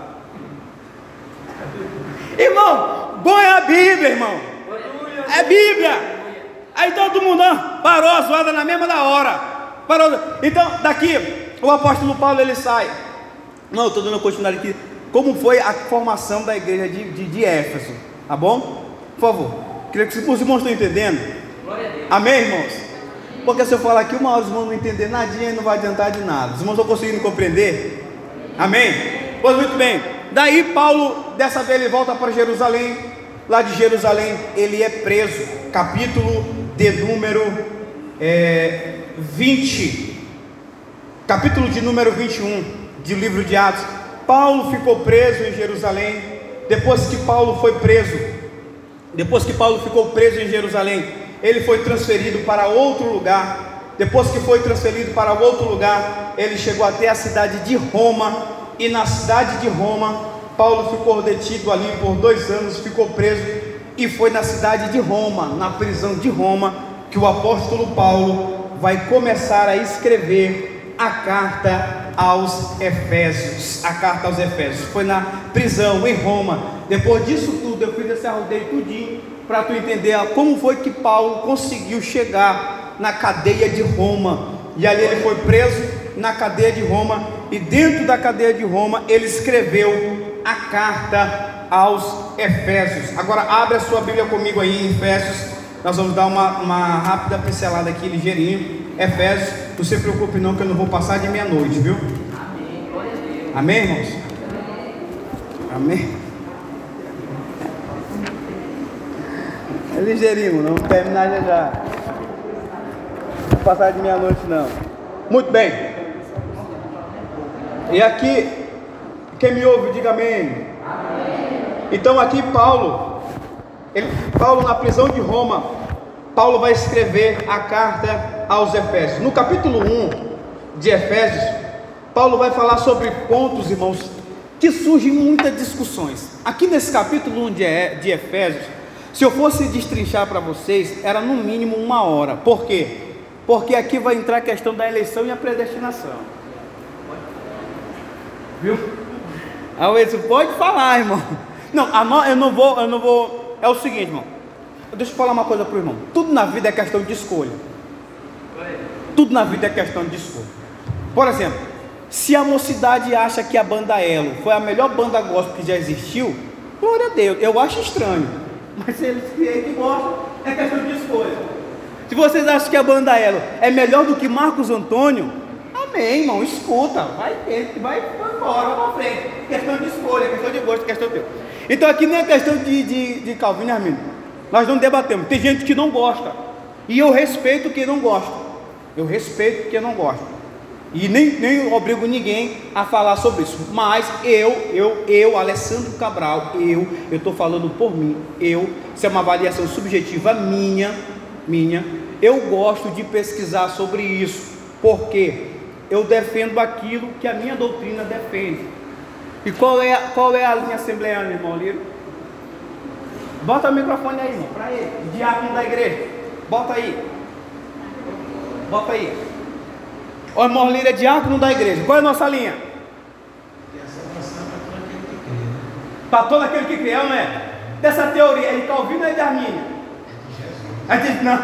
Irmão, bom é a Bíblia, irmão. É Bíblia. Aí todo mundo ó, parou a zoada na mesma da hora. Parou. Então, daqui, o apóstolo Paulo ele sai. Não, estou dando continuidade aqui. Como foi a formação da igreja de, de, de Éfeso? Tá bom? Por favor. Queria que os irmãos estão entendendo. Amém, irmãos? Porque se eu falar aqui uma hora, os irmãos não entender nadinha, não vai adiantar de nada. Os irmãos estão conseguindo compreender? Amém? Pois muito bem. Daí Paulo, dessa vez ele volta para Jerusalém. Lá de Jerusalém ele é preso. Capítulo de número é, vinte. Capítulo de número vinte e um do livro de Atos. Paulo ficou preso em Jerusalém. Depois que Paulo foi preso, depois que Paulo ficou preso em Jerusalém, ele foi transferido para outro lugar. Depois que foi transferido para outro lugar, ele chegou até a cidade de Roma. E na cidade de Roma, Paulo ficou detido ali por dois anos, ficou preso. E foi na cidade de Roma, na prisão de Roma, que o apóstolo Paulo vai começar a escrever a carta aos Efésios. A carta aos Efésios foi na prisão em Roma. Depois disso tudo, eu fiz esse arrodeio tudinho para tu entender como foi que Paulo conseguiu chegar na cadeia de Roma. E ali ele foi preso, na cadeia de Roma, e dentro da cadeia de Roma ele escreveu a carta aos Efésios. Agora abre a sua Bíblia comigo aí em Efésios. Nós vamos dar uma, uma rápida pincelada aqui, ligeirinho. Efésios, não se preocupe não, que eu não vou passar de meia-noite, viu? Amém, glória a Deus. Amém, irmãos? Amém. É ligeirinho, não vou terminar já já. Não vou passar de meia-noite não. Muito bem. E aqui, quem me ouve, diga amém. Amém. Então aqui Paulo, ele, Paulo na prisão de Roma, Paulo vai escrever a carta aos Efésios. No capítulo um de Efésios, Paulo vai falar sobre pontos, irmãos, que surgem muitas discussões. Aqui nesse capítulo um de Efésios, se eu fosse destrinchar para vocês, era no mínimo uma hora. Por quê? Porque aqui vai entrar a questão da eleição e a predestinação. Viu? Ah, Edson, pode falar, irmão. Não, eu não vou, eu não vou. É o seguinte, irmão. Deixa eu falar uma coisa para o irmão. Tudo na vida é questão de escolha. Tudo na vida é questão de escolha. Por exemplo, se a mocidade acha que a banda Elo foi a melhor banda gospel que já existiu, glória a Deus, eu acho estranho. Mas se eles que gostam, é questão de escolha. Se vocês acham que a banda Elo é melhor do que Marcos Antônio, amém, irmão, escuta, vai, vai, vai embora, vai pra frente. Questão de escolha, questão de gosto, questão de Deus. Então aqui nem é questão de, de, de Calvino e Armínio. Nós não debatemos. Tem gente que não gosta, e eu respeito quem não gosta. Eu respeito quem não gosta, e nem, nem obrigo ninguém a falar sobre isso. Mas eu, eu, eu, Alessandro Cabral, eu, eu estou falando por mim. Eu, isso é uma avaliação subjetiva minha, minha. Eu gosto de pesquisar sobre isso, porque eu defendo aquilo que a minha doutrina defende. E qual é, qual é a linha assembleana, irmão Lírio? Bota o microfone aí, irmão, para ele, diácono da igreja. Bota aí. Bota aí. O irmão Lírio é diácono da igreja. Qual é a nossa linha? Para todo aquele que crê, não é? Dessa teoria, é de Calvino ou é de Armínio? É de Jesus. Não.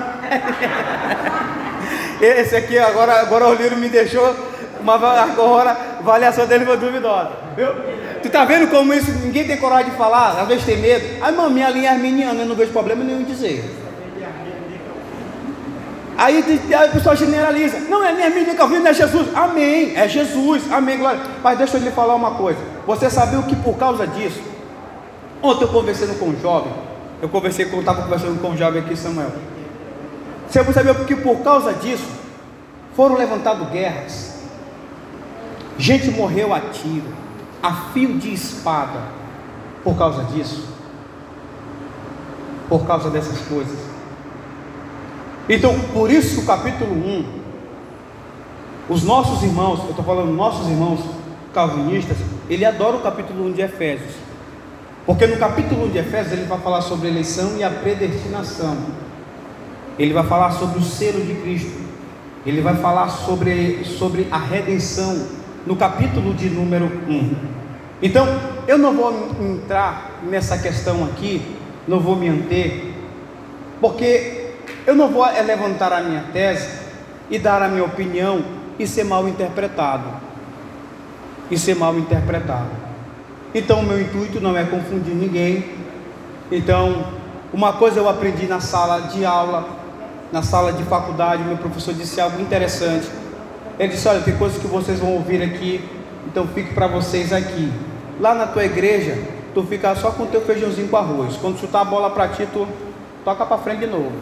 Esse aqui, agora, agora o Lírio me deixou, uma agora, a avaliação dele foi duvidosa. Viu? Tu tá vendo como isso, ninguém tem coragem de falar, às vezes tem medo. Ai, irmão, minha linha é arminiana, eu não vejo problema nenhum em dizer. Aí, aí o pessoal generaliza. Não, é nem Armínio, Calvino, é Jesus. Amém, é Jesus, amém, glória. Mas deixa eu lhe falar uma coisa. Você sabia que por causa disso, ontem eu conversando com um jovem, eu conversei com, estava conversando com um jovem aqui, Samuel. Você sabia que por causa disso, foram levantadas guerras, gente morreu a tiro, a fio de espada, por causa disso, por causa dessas coisas. Então, por isso que o capítulo um, os nossos irmãos, eu estou falando nossos irmãos calvinistas, ele adora o capítulo um de Efésios, porque no capítulo um de Efésios ele vai falar sobre a eleição e a predestinação, ele vai falar sobre o selo de Cristo, ele vai falar sobre, sobre a redenção, no capítulo de número um. Então, eu não vou entrar nessa questão aqui, não vou me anter, porque eu não vou levantar a minha tese e dar a minha opinião e ser mal interpretado, e ser mal interpretado. Então, o meu intuito não é confundir ninguém. Então, uma coisa eu aprendi na sala de aula, na sala de faculdade, meu professor disse algo interessante. Ele disse: olha, tem coisas que vocês vão ouvir aqui, então fique para vocês aqui. Lá na tua igreja, tu fica só com o teu feijãozinho com arroz. Quando chutar a bola para ti, tu toca para frente de novo.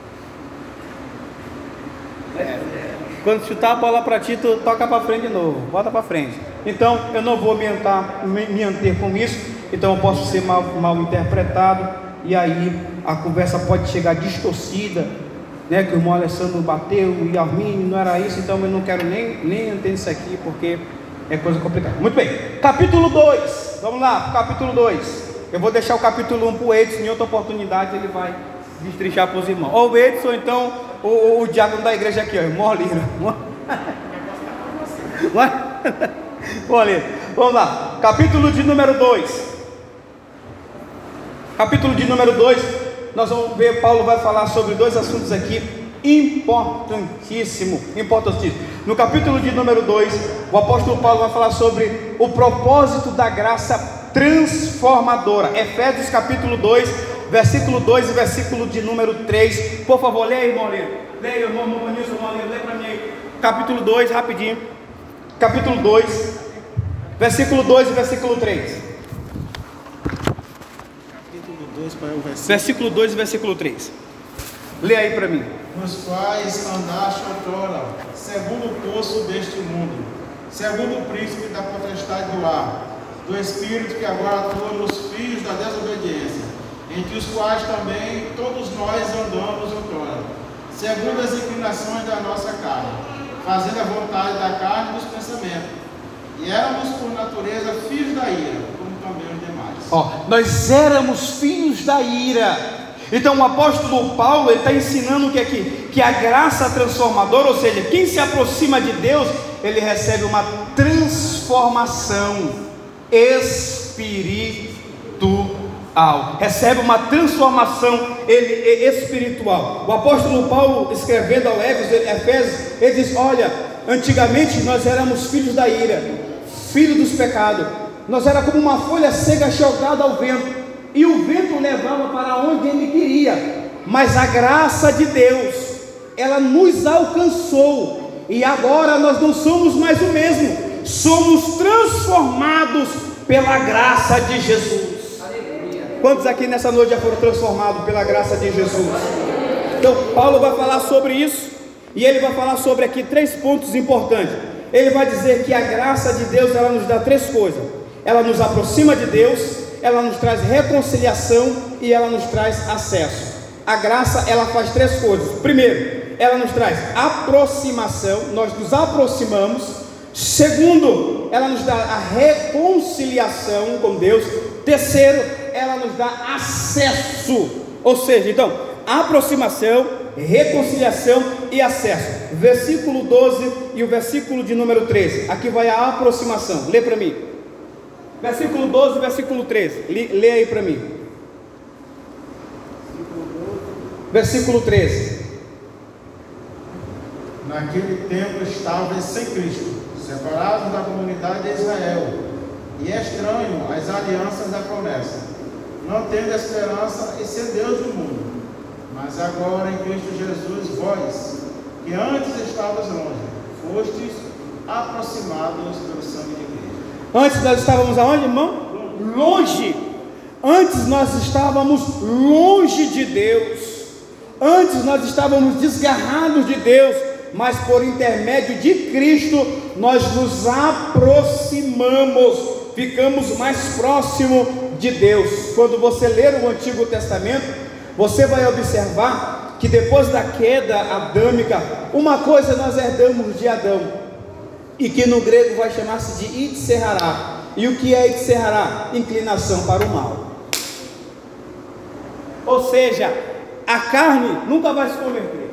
É. Quando chutar a bola para ti, tu toca para frente de novo, volta para frente. Então, eu não vou me antar, me, me anter com isso. Então, eu posso ser mal, mal interpretado, e aí a conversa pode chegar distorcida, né, que o irmão Alessandro bateu e Armínio não era isso. Então eu não quero nem, nem entender isso aqui, porque é coisa complicada. Muito bem, capítulo dois, vamos lá, capítulo dois. Eu vou deixar o capítulo um para o Edson, em outra oportunidade ele vai destrinchar para os irmãos. Ou o Edson, ou então o, o, o diácono da igreja aqui, ó, irmão Lira. Olha, vamos lá, capítulo de número dois. Capítulo de número dois, nós vamos ver, Paulo vai falar sobre dois assuntos aqui importantíssimo, importantíssimo. No capítulo de número dois, o apóstolo Paulo vai falar sobre o propósito da graça transformadora. Efésios capítulo dois, versículo dois e versículo de número três. Por favor, leia aí, irmão, leia. Leia, irmão, irmão, Nilson, irmão, leia, leia para mim aí. Capítulo dois, rapidinho. Capítulo dois, versículo dois e versículo três. Capítulo dois, para o versículo. Versículo dois e versículo três. Leia aí para mim. Nos quais andaste outrora, segundo o curso deste mundo, segundo o príncipe da potestade do ar, do espírito que agora atua nos filhos da desobediência, entre os quais também todos nós andamos outrora, segundo as inclinações da nossa carne, fazendo a vontade da carne e dos pensamentos, e éramos por natureza filhos da ira, como também os demais. Ó, nós éramos filhos da ira. Então o apóstolo Paulo está ensinando que aqui, que a graça transformadora, ou seja, quem se aproxima de Deus, ele recebe uma transformação espiritual, recebe uma transformação ele, espiritual. O apóstolo Paulo, escrevendo ao Efésios, ele diz: olha, antigamente nós éramos filhos da ira, filhos dos pecados, nós éramos como uma folha seca jogada ao vento, e o vento levava para onde ele queria, mas a graça de Deus, ela nos alcançou, e agora nós não somos mais o mesmo, somos transformados pela graça de Jesus. Aleluia. Quantos aqui nessa noite já foram transformados pela graça de Jesus? Então Paulo vai falar sobre isso, e ele vai falar sobre aqui três pontos importantes. Ele vai dizer que a graça de Deus, ela nos dá três coisas: ela nos aproxima de Deus, ela nos traz reconciliação e ela nos traz acesso. A graça, ela faz três coisas. Primeiro, ela nos traz aproximação, nós nos aproximamos. Segundo, ela nos dá a reconciliação com Deus. Terceiro, ela nos dá acesso. Ou seja, então, aproximação, reconciliação e acesso. Versículo doze e o versículo de número treze. Aqui vai a aproximação. Lê para mim. Versículo doze, versículo treze. Lê, lê aí para mim. Versículo treze. Naquele tempo estavais sem Cristo, separados da comunidade de Israel, e estranho às alianças da promessa, não tendo esperança e sem Deus no mundo. Mas agora em Cristo Jesus, vós, que antes estavas longe, fostes aproximados pelo sangue de Cristo. Antes nós estávamos aonde, irmão? Longe. Antes nós estávamos longe de Deus. Antes nós estávamos desgarrados de Deus, mas por intermédio de Cristo nós nos aproximamos, ficamos mais próximos de Deus. Quando você ler o Antigo Testamento, você vai observar que depois da queda adâmica, uma coisa nós herdamos de Adão, e que no grego vai chamar-se de Itserará. E o que é Itserará? Inclinação para o mal. Ou seja, a carne nunca vai se converter.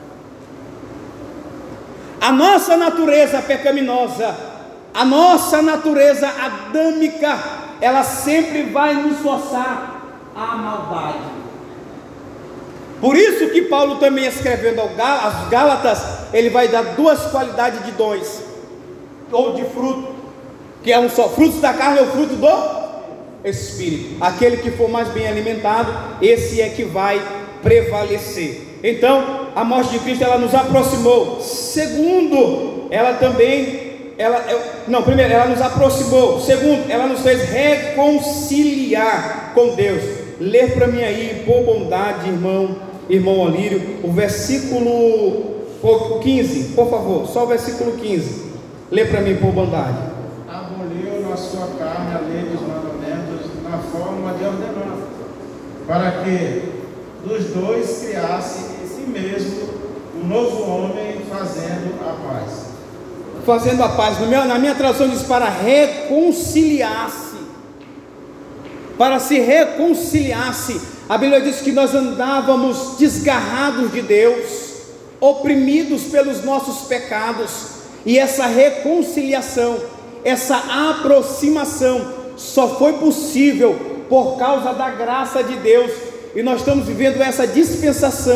A nossa natureza pecaminosa, a nossa natureza adâmica, ela sempre vai nos forçar à maldade. Por isso que Paulo também, escrevendo aos Gálatas, ele vai dar duas qualidades de dons, ou de fruto, que é um só. Frutos da carne é o fruto do Espírito. Aquele que for mais bem alimentado, esse é que vai prevalecer. Então, a morte de Cristo, ela nos aproximou. Segundo, ela também, ela, não, primeiro, ela nos aproximou. Segundo, ela nos fez reconciliar com Deus. Lê para mim aí, por bondade, irmão, irmão Olírio, o versículo quinze, por favor, só o versículo quinze. Lê para mim, por bondade. Aboliu na sua carne a lei dos mandamentos na forma de ordenança, para que dos dois criasse em si mesmo um novo homem, fazendo a paz. Fazendo a paz. No meu, na minha tradução diz para reconciliar-se. Para se reconciliar-se. A Bíblia diz que nós andávamos desgarrados de Deus, oprimidos pelos nossos pecados. E essa reconciliação, essa aproximação só foi possível por causa da graça de Deus. E nós estamos vivendo essa dispensação,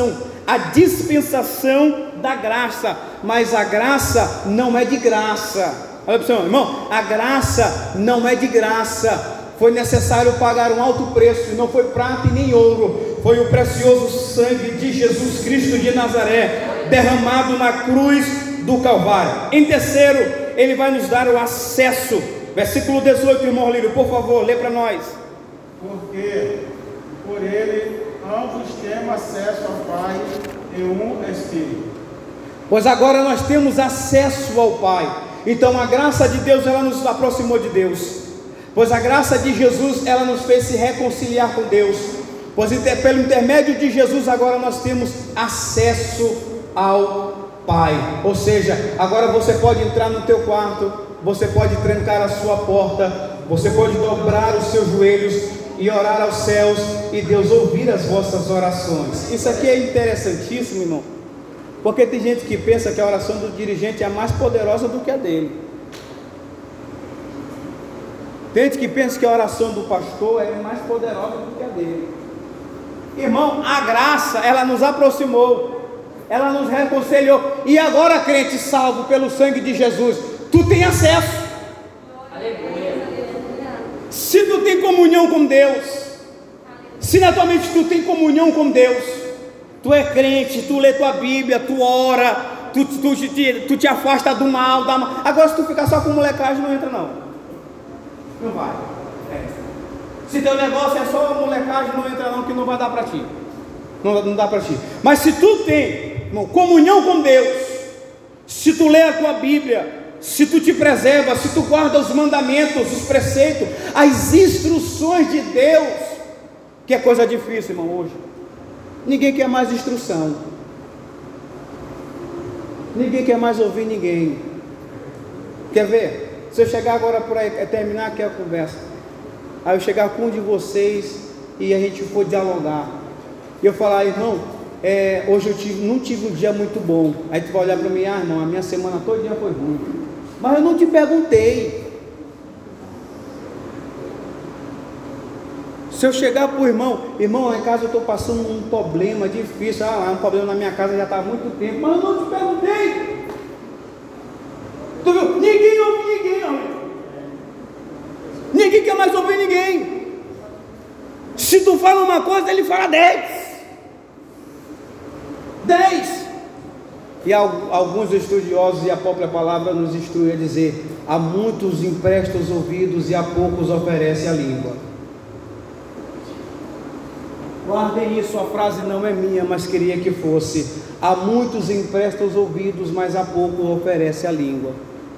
a dispensação da graça, mas a graça não é de graça. Olha para o seu irmão, a graça não é de graça. Foi necessário pagar um alto preço, e não foi prata e nem ouro, foi o precioso sangue de Jesus Cristo de Nazaré, derramado na cruz do Calvário. Em terceiro, ele vai nos dar o acesso. Versículo dezoito, irmão Lírio, por favor, lê para nós. Porque por ele ambos temos acesso ao Pai em um Espírito. Pois agora nós temos acesso ao Pai. Então a graça de Deus, ela nos aproximou de Deus. Pois a graça de Jesus, ela nos fez se reconciliar com Deus. Pois pelo intermédio de Jesus, agora nós temos acesso ao Pai. Ou seja, agora você pode entrar no teu quarto, você pode trancar a sua porta, você pode dobrar os seus joelhos e orar aos céus, e Deus ouvir as vossas orações. Isso aqui é interessantíssimo, irmão, porque tem gente que pensa que a oração do dirigente é mais poderosa do que a dele. Tem gente que pensa que a oração do pastor é mais poderosa do que a dele. Irmão, a graça, ela nos aproximou, ela nos reconciliou, e agora, crente salvo pelo sangue de Jesus, tu tem acesso. Aleluia. Se tu tem comunhão com Deus, se na tua mente tu tem comunhão com Deus, tu é crente, tu lê tua Bíblia, tu ora, tu, tu, tu, tu te afasta do mal, da mal. Agora se tu ficar só com molecagem, não entra não. Não vai. É. Se teu negócio é só molecagem, não entra não, que não vai dar para ti. Não, não dá para ti. Mas se tu tem, irmão, comunhão com Deus, se tu lê a tua Bíblia, se tu te preserva, se tu guarda os mandamentos, os preceitos, as instruções de Deus, que é coisa difícil, irmão, hoje. Ninguém quer mais instrução. Ninguém quer mais ouvir ninguém. Quer ver? Se eu chegar agora para terminar aqui a conversa, aí eu chegar com um de vocês e a gente for dialogar, e eu falar, irmão, é, hoje eu tive, não tive um dia muito bom. Aí tu vai olhar para mim, ah irmão, a minha semana todo dia foi ruim. Mas eu não te perguntei. Se eu chegar para o irmão, irmão, em casa eu estou passando um problema difícil, ah, um problema na minha casa já está há muito tempo, mas eu não te perguntei. Tu viu? Ninguém ouve ninguém, homem. Ninguém quer mais ouvir ninguém. Se tu fala uma coisa, ele fala dez. Dez. E alguns estudiosos e a própria palavra nos instrui a dizer: a muitos empresta os ouvidos e a poucos oferece a língua. Guardem isso, a frase não é minha, mas queria que fosse: a muitos empresta os ouvidos, mas a poucos oferece a língua.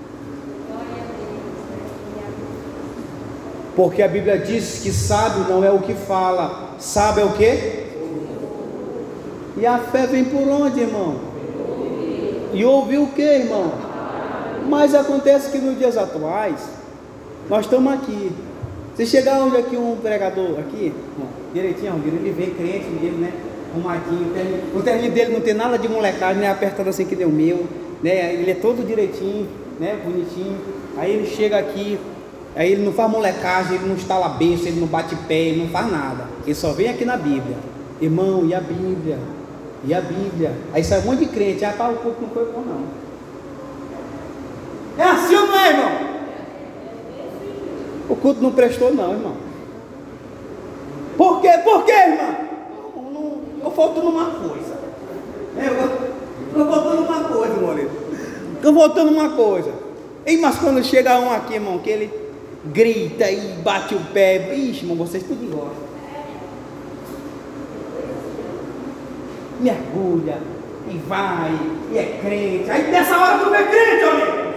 Porque a Bíblia diz que sábio não é o que fala, sábio é o quê? E a fé vem por onde, irmão? E ouvir o que, irmão? Mas acontece que nos dias atuais, nós estamos aqui. Se chegar onde aqui um pregador, aqui, irmão, direitinho, ele vê crente dele, né? Arrumadinho, o terninho dele não tem nada de molecagem, né? Apertado assim que nem o meu, né? Ele é todo direitinho, né? Bonitinho. Aí ele chega aqui. Aí ele não faz molecagem, ele não estala a besta, ele não bate pé, ele não faz nada. Ele só vem aqui na Bíblia. Irmão, e a Bíblia? E a Bíblia? Aí sai um monte de crente. Ah, tá, o culto não foi bom não. É assim ou não é, irmão? O culto não prestou não, irmão. Por quê? Por quê, irmão? Não, não, eu falto numa coisa. Eu falto numa coisa, irmão. Eu falto numa coisa. Ei, mas quando chega um aqui, irmão, que ele grita e bate o pé, ixi, irmão, vocês tudo gostam. Mergulha e vai, e é crente. Aí dessa hora tu é crente, olha.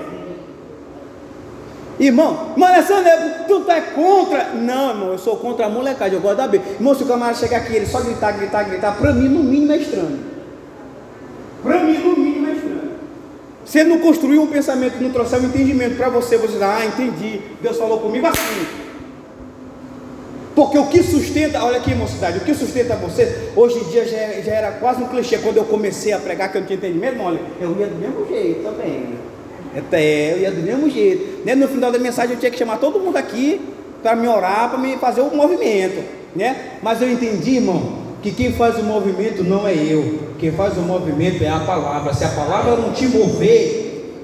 Irmão, mas Alessandro, tu tá contra? Não, irmão, eu sou contra a molecagem, eu gosto da Bíblia. Irmão, se o camarada chegar aqui, ele só gritar, gritar, gritar, pra mim no mínimo é estranho. Pra mim no mínimo é estranho. Se ele não construir um pensamento, não trouxer um entendimento para você, você diz, ah, entendi, Deus falou comigo assim. Porque o que sustenta, olha aqui, mocidade, o que sustenta você, hoje em dia já, já era quase um clichê. Quando eu comecei a pregar que eu não tinha entendimento, olha, eu ia do mesmo jeito também. Até eu ia do mesmo jeito, né? No final da mensagem eu tinha que chamar todo mundo aqui para me orar, para me fazer o movimento, né? Mas eu entendi, irmão, que quem faz o movimento não é eu, quem faz o movimento é a palavra. Se a palavra não te mover,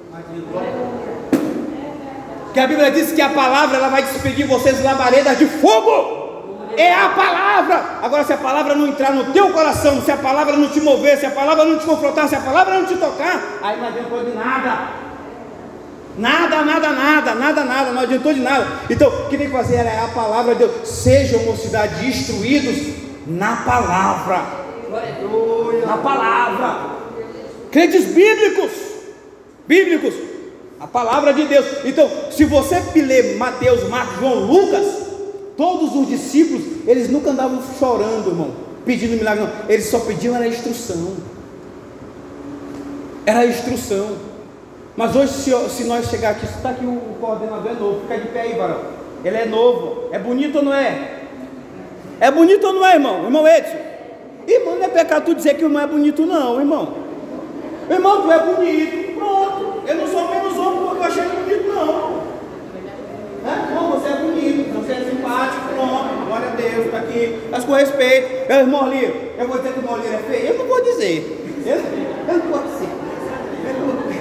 que a Bíblia diz que a palavra ela vai despedir vocês labaredas de fogo. É a palavra. Agora, se a palavra não entrar no teu coração, se a palavra não te mover, se a palavra não te confrontar, se a palavra não te tocar, aí não adiantou de nada. Nada, nada, nada, nada, nada, não adiantou de nada. Então, o que tem que fazer é a palavra de Deus. Sejam, mocidade, instruídos na palavra. Na palavra. Crentes bíblicos. Bíblicos. A palavra de Deus. Então, se você ler Mateus, Marcos, João, Lucas, todos os discípulos, eles nunca andavam chorando, irmão, pedindo milagre, não. Eles só pediam era instrução. Era instrução. Mas hoje, se, se nós chegar aqui, está aqui o, o coordenador é novo, fica de pé aí, varão. Ele é novo. É bonito ou não é? É bonito ou não é, irmão? Irmão Edson? Irmão, não é pecado tu dizer que o irmão é bonito, não, irmão. Irmão, tu é bonito, pronto. Eu não sou menos homem porque eu achei bonito, não. É? Irmão, você é bonito, você é simpático, pronto. Glória a Deus, está aqui. Mas com respeito. Eu, irmão Liro, eu vou dizer que o irmão Liro é feio? Eu não vou dizer. Eu, eu não vou dizer. Eu não vou dizer.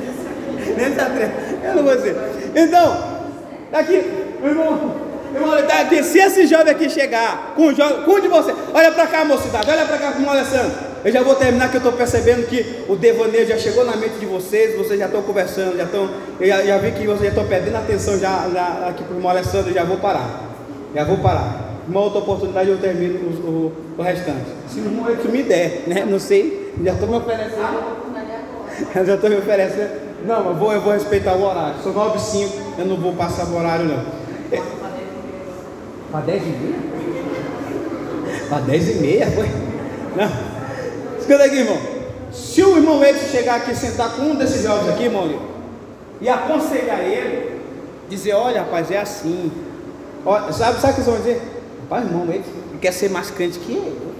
Eu não vou dizer. Então, tá aqui, irmão, irmão, tá aqui. Se esse jovem aqui chegar com o jovem, com um de você, olha para cá, mocidade, olha para cá com o Alessandro. Eu já vou terminar, que eu estou percebendo que o devaneio já chegou na mente de vocês. Vocês já estão conversando, já estão. Eu já, já vi que vocês já estão perdendo atenção já, já aqui para o irmão Alessandro. Eu já vou parar. Já vou parar. Uma outra oportunidade eu termino o, o, o restante. Se o irmão me der, né? Não sei. Já estou me oferecendo. Já estou me oferecendo. Não, eu vou, eu vou respeitar o horário. São nove e cinco, eu não vou passar do horário, não. É. Para dez e meia? Para dez e meia, foi? Não. Escuta aqui, irmão. Se o irmão Edson chegar aqui e sentar com um desses jovens aqui, irmão, e aconselhar ele, dizer, olha, rapaz, é assim. Olha, sabe, sabe o que eles vão dizer? Rapaz, irmão Edson, ele quer ser mais crente que eu.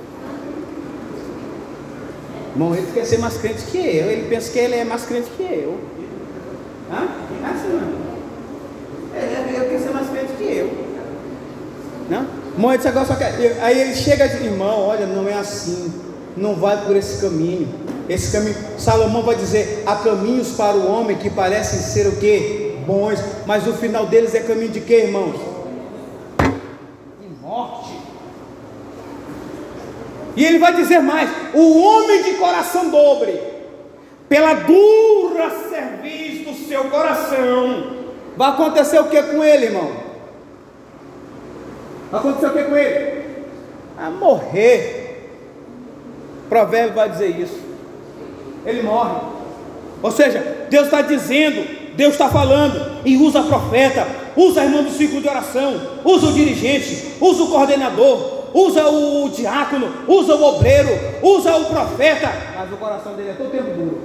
Irmão Edson quer ser mais crente que eu. Ele pensa que ele é mais crente que eu. Hã? É assim, não. Ele, ele quer ser mais crente que eu. Não? Irmão Edson agora só quer. Aí ele chega e diz, irmão, olha, não é assim. Não vai por esse caminho. Esse caminho, Salomão vai dizer, há caminhos para o homem que parecem ser o quê? Bons, mas o final deles é caminho de quê, irmãos? De morte. E ele vai dizer mais, o homem de coração dobre, pela dura cerviz do seu coração, vai acontecer o que com ele, irmão? Vai acontecer o que com ele? Vai morrer. Provérbio vai dizer isso. Ele morre. Ou seja, Deus está dizendo, Deus está falando, e usa profeta, usa a irmã do ciclo de oração, usa o dirigente, usa o coordenador, usa o diácono, usa o obreiro, usa o profeta, mas o coração dele é todo tempo duro.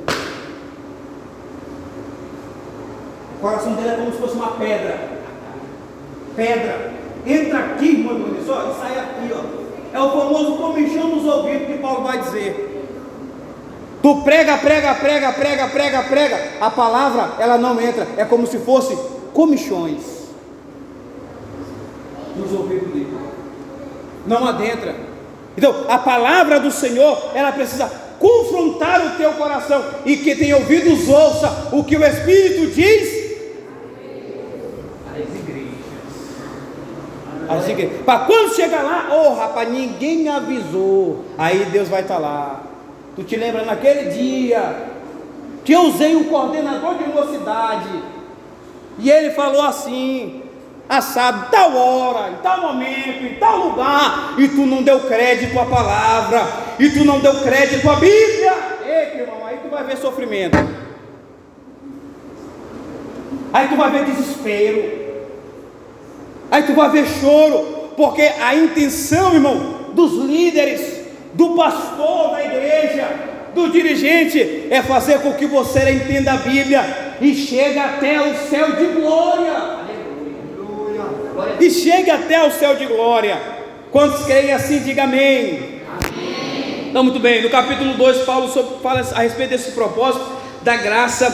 O coração dele é como se fosse uma pedra. Pedra. Entra aqui, irmão, só, e sai aqui, ó. É o famoso comichão nos ouvidos que Paulo vai dizer. Tu prega, prega, prega, prega, prega, prega. A palavra, ela não entra. É como se fosse comichões nos ouvidos dele. Não adentra. Então, a palavra do Senhor, ela precisa confrontar o teu coração. E quem tem ouvidos, ouça o que o Espírito diz às igrejas. Para quando chegar lá, oh rapaz, ninguém me avisou. Aí Deus vai estar lá. Tu te lembra naquele dia que eu usei um coordenador de mocidade e ele falou assim, assado, tal hora, em tal momento, em tal lugar, e tu não deu crédito à palavra, e tu não deu crédito à Bíblia. Eita, irmão, aí tu vai ver sofrimento, aí tu vai ver desespero, aí tu vai ver choro, porque a intenção, irmão, dos líderes, do pastor da igreja, do dirigente, é fazer com que você entenda a Bíblia e chegue até o céu de glória. E chegue até o céu de glória. Quantos creem assim, diga amém. Amém. Então, muito bem, no capítulo dois, Paulo fala a respeito desse propósito da graça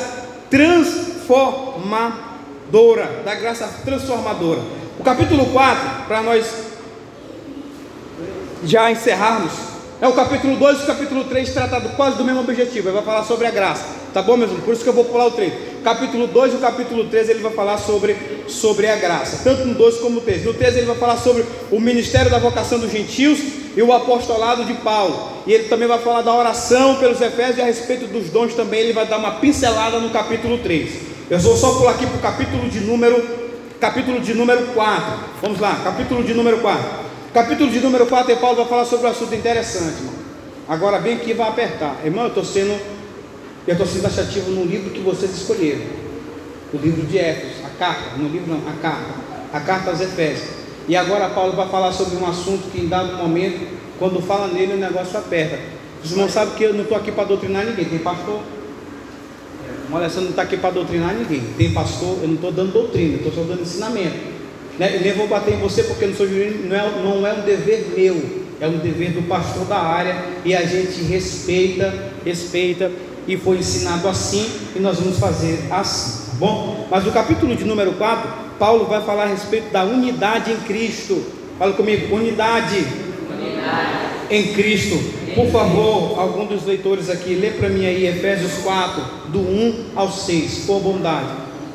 transformadora, da graça transformadora. O capítulo quatro, para nós já encerrarmos, é o capítulo dois e o capítulo três tratado quase do mesmo objetivo. Ele vai falar sobre a graça, tá bom, meus irmãos? Por isso que eu vou pular o três. Capítulo dois e o capítulo três ele vai falar sobre, sobre a graça, tanto no dois como no três. No três ele vai falar sobre o ministério da vocação dos gentios e o apostolado de Paulo, e ele também vai falar da oração pelos Efésios, e a respeito dos dons também ele vai dar uma pincelada no capítulo três. Eu vou só pular aqui para o capítulo de número capítulo de número quatro. Vamos lá, capítulo de número quatro. Capítulo de número quatro, e Paulo vai falar sobre um assunto interessante, irmão. Agora bem aqui vai apertar. Irmão, eu estou sendo Eu estou sendo taxativo no livro que vocês escolheram, o livro de Éfeso, a carta, no livro não, a carta, a carta aos Efésios. E agora Paulo vai falar sobre um assunto que em dado momento, quando fala nele, o negócio aperta. Os irmãos sabem que eu não estou aqui para doutrinar ninguém. Tem pastor? O Alessandro não está aqui para doutrinar ninguém. Tem pastor, eu não estou dando doutrina, estou só dando ensinamento, né? Eu nem vou bater em você porque eu não sou jurídico, não é, não é um dever meu, é um dever do pastor da área, e a gente respeita, respeita, e foi ensinado assim, e nós vamos fazer assim, tá bom? Mas no capítulo de número quatro, Paulo vai falar a respeito da unidade em Cristo. Fala comigo, unidade, unidade. Em Cristo. Por favor, algum dos leitores aqui, lê para mim aí Efésios quatro, do um ao seis, por bondade.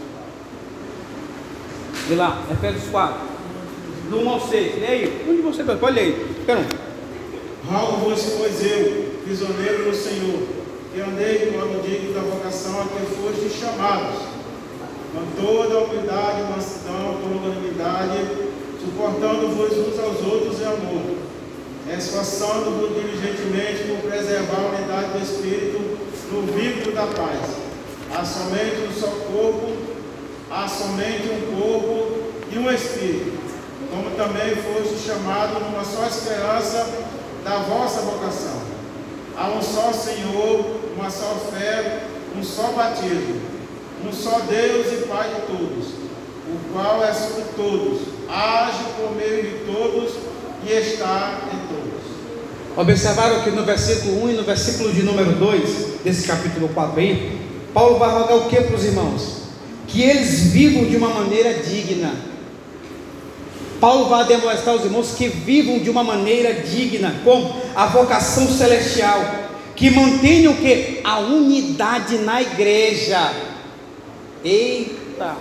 Vê lá, Efésios quatro, do um ao seis, lê aí, onde você vai? Pode ler aí, quero um. Rogo-vos, pois eu, prisioneiro no Senhor, que andei de modo digno da vocação a que fostes chamados, com toda a humildade e mansidão, com longanimidade, suportando-vos uns aos outros em amor, esforçando-vos diligentemente por preservar a unidade do Espírito no vínculo da paz. Há somente um só corpo, há somente um corpo e um Espírito, como também fostes chamados numa só esperança da vossa vocação. Há um só Senhor, uma só fé, um só batismo, um só Deus e Pai de todos, o qual é sobre todos, age por meio de todos e está em todos. Observaram que no versículo um e no versículo de número dois, desse capítulo quatro aí, Paulo vai rogar o que para os irmãos? Que eles vivam de uma maneira digna. Paulo vai demonstrar aos irmãos que vivam de uma maneira digna, com a vocação celestial, que mantenham o que? A unidade na igreja. Eita!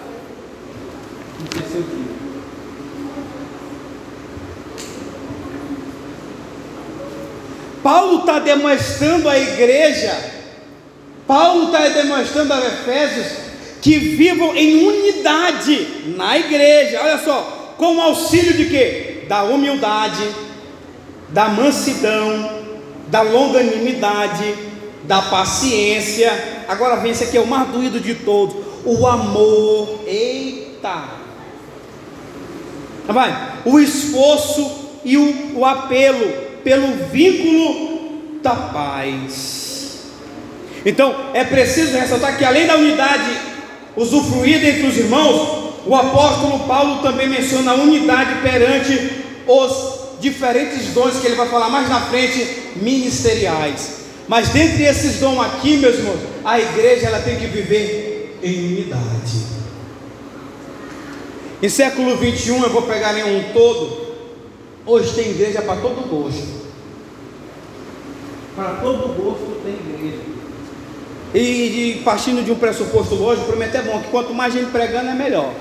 Paulo está demonstrando à igreja, Paulo está demonstrando a Efésios, que vivam em unidade na igreja. Olha só, com o auxílio de quê? Da humildade, da mansidão, da longanimidade, da paciência. Agora vem esse aqui, é o mais doído de todos, o amor. Eita! Vai, o esforço e o, o apelo pelo vínculo da paz. Então é preciso ressaltar que além da unidade usufruída entre os irmãos, o apóstolo Paulo também menciona a unidade perante os diferentes dons que ele vai falar mais na frente, ministeriais. Mas dentre esses dons aqui, meus irmãos, a igreja ela tem que viver em unidade. Em século vinte e um, eu vou pegar em um todo. Hoje tem igreja para todo gosto. Para todo gosto tem igreja. E, e partindo de um pressuposto lógico, prometo é bom que quanto mais gente pregando é melhor.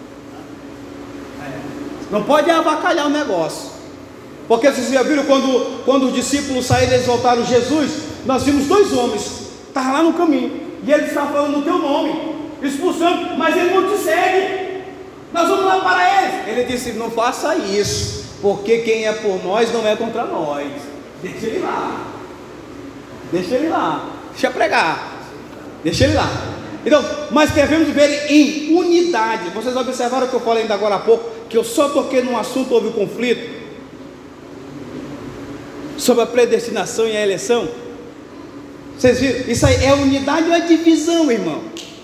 Não pode avacalhar o negócio. Porque vocês já viram quando, quando os discípulos saíram, eles voltaram Jesus, nós vimos dois homens, estavam lá no caminho, e eles estavam falando o teu nome, expulsando, mas ele não te segue, nós vamos lá para eles. Ele disse, não faça isso, porque quem é por nós não é contra nós. Deixa ele lá, deixa ele lá, deixa eu pregar, deixa ele lá. Então, mas devemos viver em unidade. Vocês observaram que eu falei ainda agora há pouco, que eu só toquei num assunto, houve um conflito sobre a predestinação e a eleição. Vocês viram? Isso aí é unidade ou é divisão, irmão?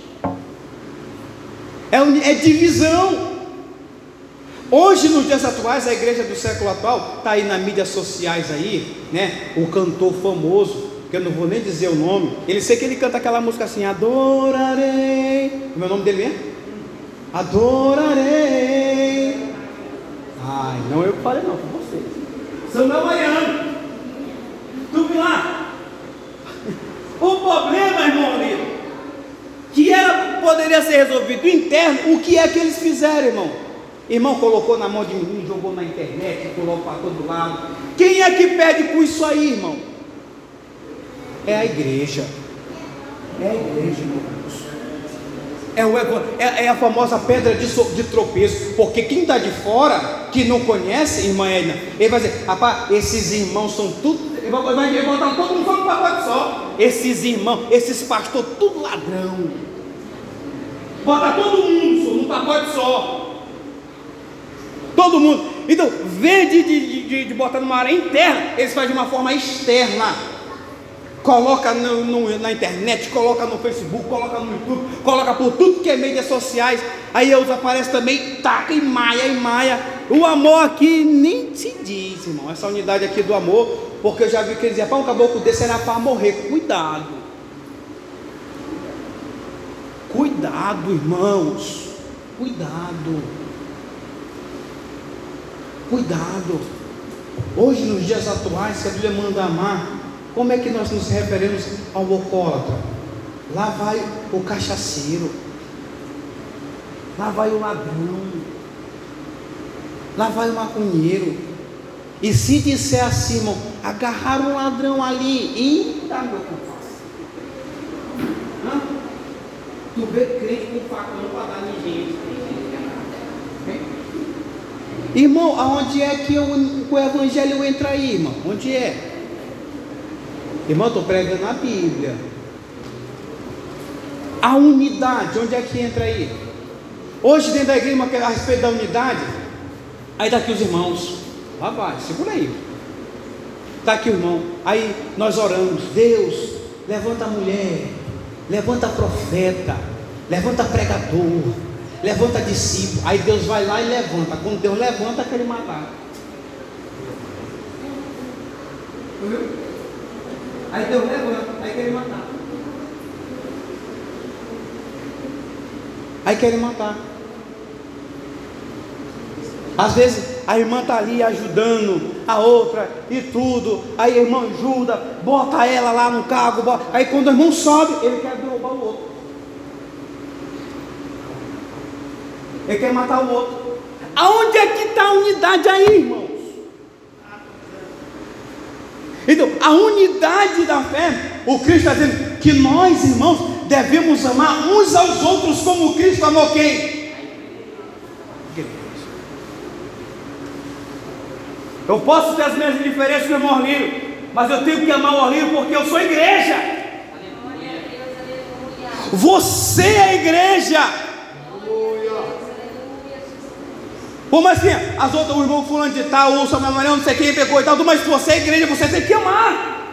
É, uni, é divisão. Hoje, nos dias atuais, a igreja do século atual está aí nas mídias sociais aí, né? O cantor famoso, que eu não vou nem dizer o nome, ele sei que ele canta aquela música assim, adorarei. Como é o nome dele mesmo? Adorarei. Ai, não eu que falei não, foi você. Samuel Mariano. Tu viu lá? O problema, irmão Lino, que era, poderia ser resolvido interno, o que é que eles fizeram, irmão? Irmão, colocou na mão de menino, jogou na internet, colocou para todo lado. Quem é que perde com isso aí, irmão? É a igreja. É a igreja, irmão. É, o, é, é a famosa pedra de, so, de tropeço. Porque quem está de fora, que não conhece, irmã Edna, ele vai dizer: rapaz, esses irmãos são tudo. Ele vai, vai, vai botar todo mundo no pacote só. Esses irmãos, esses pastores, tudo ladrão. Bota todo mundo só, num pacote só. Todo mundo. Então, vez de, de, de, de botar numa área interna, eles fazem de uma forma externa. Coloca no, no, na internet, coloca no Facebook, coloca no YouTube, coloca por tudo que é mídias sociais. Aí eles aparecem também, taca e maia e maia. O amor aqui nem se diz, irmão. Essa unidade aqui do amor, porque eu já vi que eles diziam: pá, um caboclo desse era para morrer. Cuidado. Cuidado, irmãos. Cuidado. Cuidado. Hoje, nos dias atuais, que a Bíblia manda amar, como é que nós nos referimos ao alcoólatra? Lá vai o cachaceiro, lá vai o ladrão, lá vai o maconheiro. E se disser assim, irmão, agarraram um ladrão ali, eita, meu compadre, hã? Tu vê crente com facão para dar ninguém. Irmão, aonde é que o, o evangelho entra aí, irmão? Onde é? Irmão, estou pregando a Bíblia. A unidade, onde é que entra aí? Hoje dentro da igreja, a respeito da unidade, aí está aqui os irmãos. Lá vai, segura aí. Está aqui o irmão. Aí nós oramos: Deus, levanta a mulher, levanta a profeta, levanta pregador, levanta discípulo. Aí Deus vai lá e levanta. Quando Deus levanta, quer matar. Viu? Aí Deus levanta, aí quer matar. Aí querem matar. Às vezes a irmã está ali ajudando a outra e tudo. Aí a irmã ajuda, bota ela lá no carro. Bota... Aí quando o irmão sobe, ele quer derrubar o outro. Ele quer matar o outro. Aonde é que está a unidade aí, irmãos? Então, a unidade da fé, o Cristo está dizendo que nós, irmãos, devemos amar uns aos outros como Cristo amou quem? Eu posso ter as minhas diferenças com o irmão Orlírio, mas eu tenho que amar o Orlírio porque eu sou igreja. Você é a igreja. Por mais que as outras, o irmão fulano de tal, ou Samuel Mariano, não sei quem pegou e tal, mas se você é igreja, você tem que amar.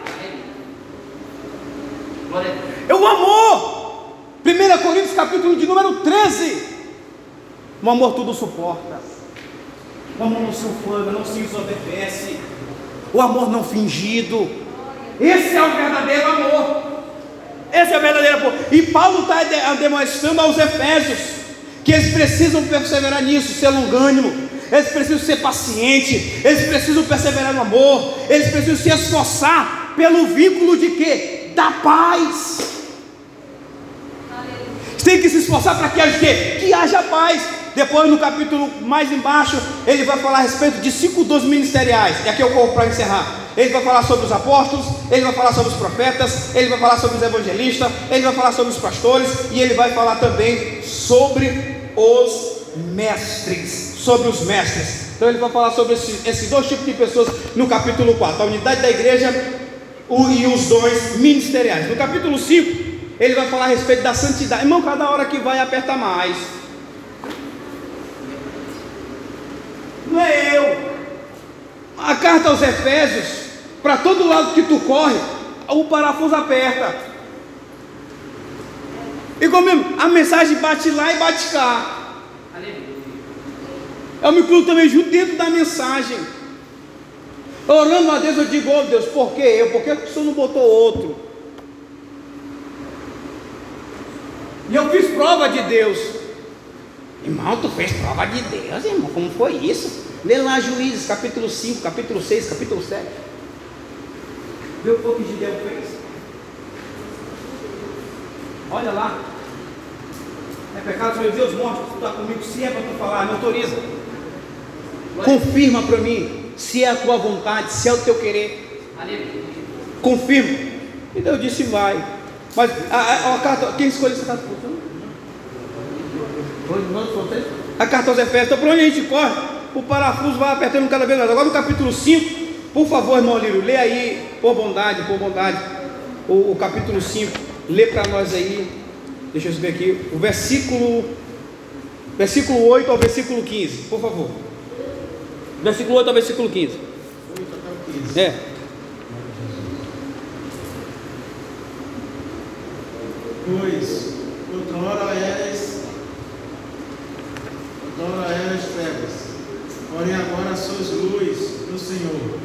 Eu amor. primeira Coríntios capítulo de número treze. O amor tudo suporta. O amor não se ufana, não se ensoberbece. O amor não fingido. Esse é o verdadeiro amor. Esse é o verdadeiro amor. E Paulo está demonstrando aos Efésios que eles precisam perseverar nisso, ser longânimo, eles precisam ser pacientes, eles precisam perseverar no amor, eles precisam se esforçar pelo vínculo de quê? Da paz. Tem que se esforçar para que haja quê? Que haja paz. Depois no capítulo mais embaixo, ele vai falar a respeito de cinco dons ministeriais, e aqui eu corro para encerrar. Ele vai falar sobre os apóstolos, ele vai falar sobre os profetas, ele vai falar sobre os evangelistas, ele vai falar sobre os pastores, e ele vai falar também sobre os mestres, sobre os mestres. Então ele vai falar sobre esses, esses dois tipos de pessoas no capítulo quatro, a unidade da igreja o, e os dons ministeriais. No capítulo cinco, ele vai falar a respeito da santidade. Irmão, cada hora que vai aperta mais. Não é eu. A carta aos Efésios, para todo lado que tu corre, o parafuso aperta. E como a mensagem bate lá e bate cá. Eu me incluo também junto dentro da mensagem. Orando a Deus, eu digo: oh Deus, por que eu? Por que o Senhor não botou outro? E eu fiz prova de Deus. Irmão, tu fez prova de Deus, irmão? Como foi isso? Lê lá Juízes, capítulo cinco, capítulo seis, capítulo sete. Vê o que Gideão fez. Olha lá. É pecado só eu ver os mortos, tu está comigo, se é para tu falar, me autoriza. Confirma para mim, se é a tua vontade, se é o teu querer. Confirma. E Deus disse, vai. Mas a, a, a carta, quem escolheu essa carta? A carta aos Efésios, então por onde a gente corre, o parafuso vai apertando cada vez mais. Agora no capítulo cinco, por favor, irmão Lírio, lê aí, por bondade, por bondade, o, o capítulo cinco, lê para nós aí, deixa eu ver aqui, o versículo, versículo oito ao versículo quinze, por favor. Versículo oito ao versículo quinze. É. Pois, outrora eres, outrora eres trevas, porém agora sois luz no Senhor.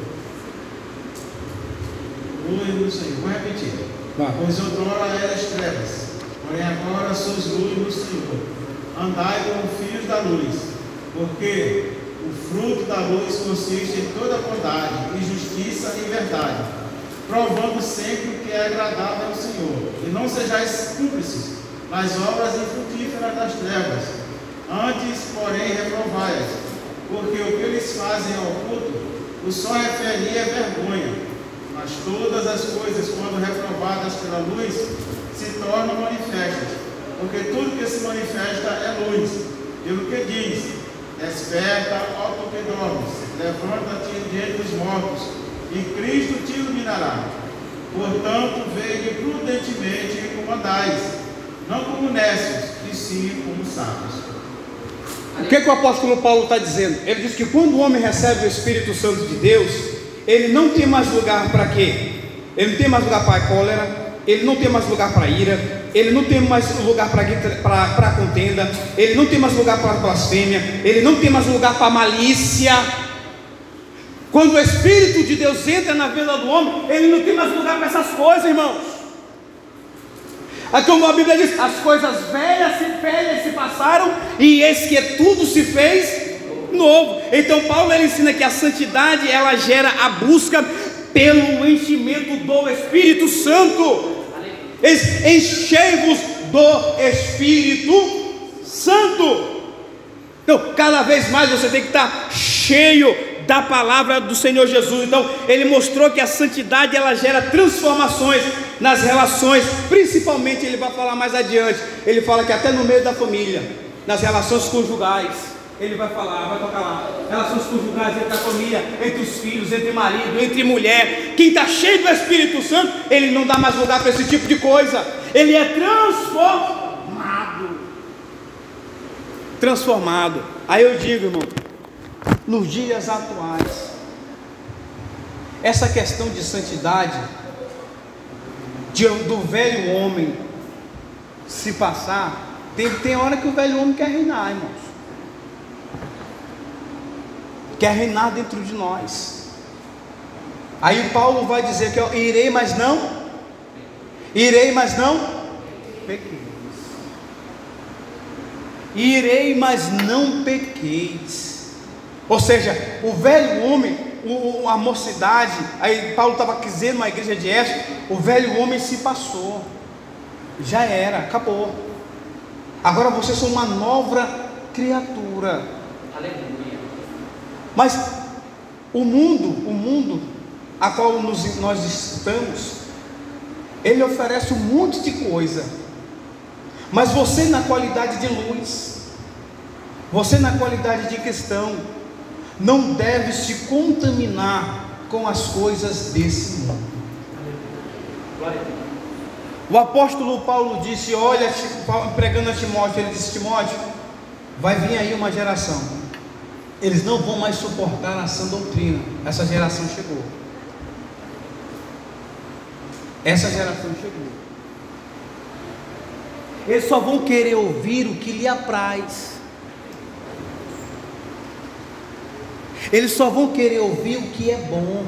Luz no Senhor. Vou repetir. Vai. Pois outrora eres trevas, porém agora sois luz no Senhor. Andai como filhos da luz, porque o fruto da luz consiste em toda bondade, e justiça e verdade, provando sempre o que é agradável ao Senhor. E não sejais cúmplices nas obras infrutíferas das trevas, antes, porém, reprovai-as, porque o que eles fazem ao oculto, o só referir é vergonha. Mas todas as coisas, quando reprovadas pela luz, se tornam manifestas, porque tudo que se manifesta é luz. Pelo que diz: desperta, ó tu que dormes, levanta-te diante dos mortos, e Cristo te iluminará. Portanto, vede prudentemente como andais, não como necios, e sim como sábios. O que, que o apóstolo Paulo está dizendo? Ele diz que quando o homem recebe o Espírito Santo de Deus, ele não tem mais lugar para quê? Ele não tem mais lugar para a cólera, ele não tem mais lugar para a ira, ele não tem mais lugar para a contenda, ele não tem mais lugar para a blasfêmia, ele não tem mais lugar para a malícia. Quando o Espírito de Deus entra na vida do homem, ele não tem mais lugar para essas coisas, irmãos. Aqui como a Bíblia diz, as coisas velhas se, velhas se passaram, e eis que tudo se fez novo. Então Paulo ele ensina que a santidade ela gera a busca pelo enchimento do Espírito Santo. Enchei-vos do Espírito Santo. Então cada vez mais você tem que estar cheio da palavra do Senhor Jesus. Então ele mostrou que a santidade ela gera transformações nas relações, principalmente ele vai falar mais adiante, ele fala que até no meio da família, nas relações conjugais, ele vai falar, vai tocar lá, relações conjugais entre a família, entre os filhos, entre marido, entre mulher. Quem está cheio do Espírito Santo, ele não dá mais lugar para esse tipo de coisa, ele é transformado, transformado. Aí eu digo, irmão, nos dias atuais, essa questão de santidade, de, do velho homem se passar, tem, tem hora que o velho homem quer reinar, irmãos, quer reinar dentro de nós. Aí o Paulo vai dizer que eu irei, mas não, irei, mas não pequeis, irei, mas não pequeis. Ou seja, o velho homem, o, a mocidade, aí Paulo estava dizendo na igreja de Éfeso, o velho homem se passou, já era, acabou. Agora vocês são uma nova criatura. Aleluia. Mas o mundo, o mundo a qual nos, nós estamos, ele oferece um monte de coisa, mas você na qualidade de luz, você na qualidade de cristão, não deve se contaminar com as coisas desse mundo. O apóstolo Paulo disse, olha, pregando a Timóteo, ele disse, Timóteo, vai vir aí uma geração, eles não vão mais suportar a sã doutrina. Essa geração chegou, essa geração chegou, eles só vão querer ouvir o que lhe apraz, eles só vão querer ouvir o que é bom,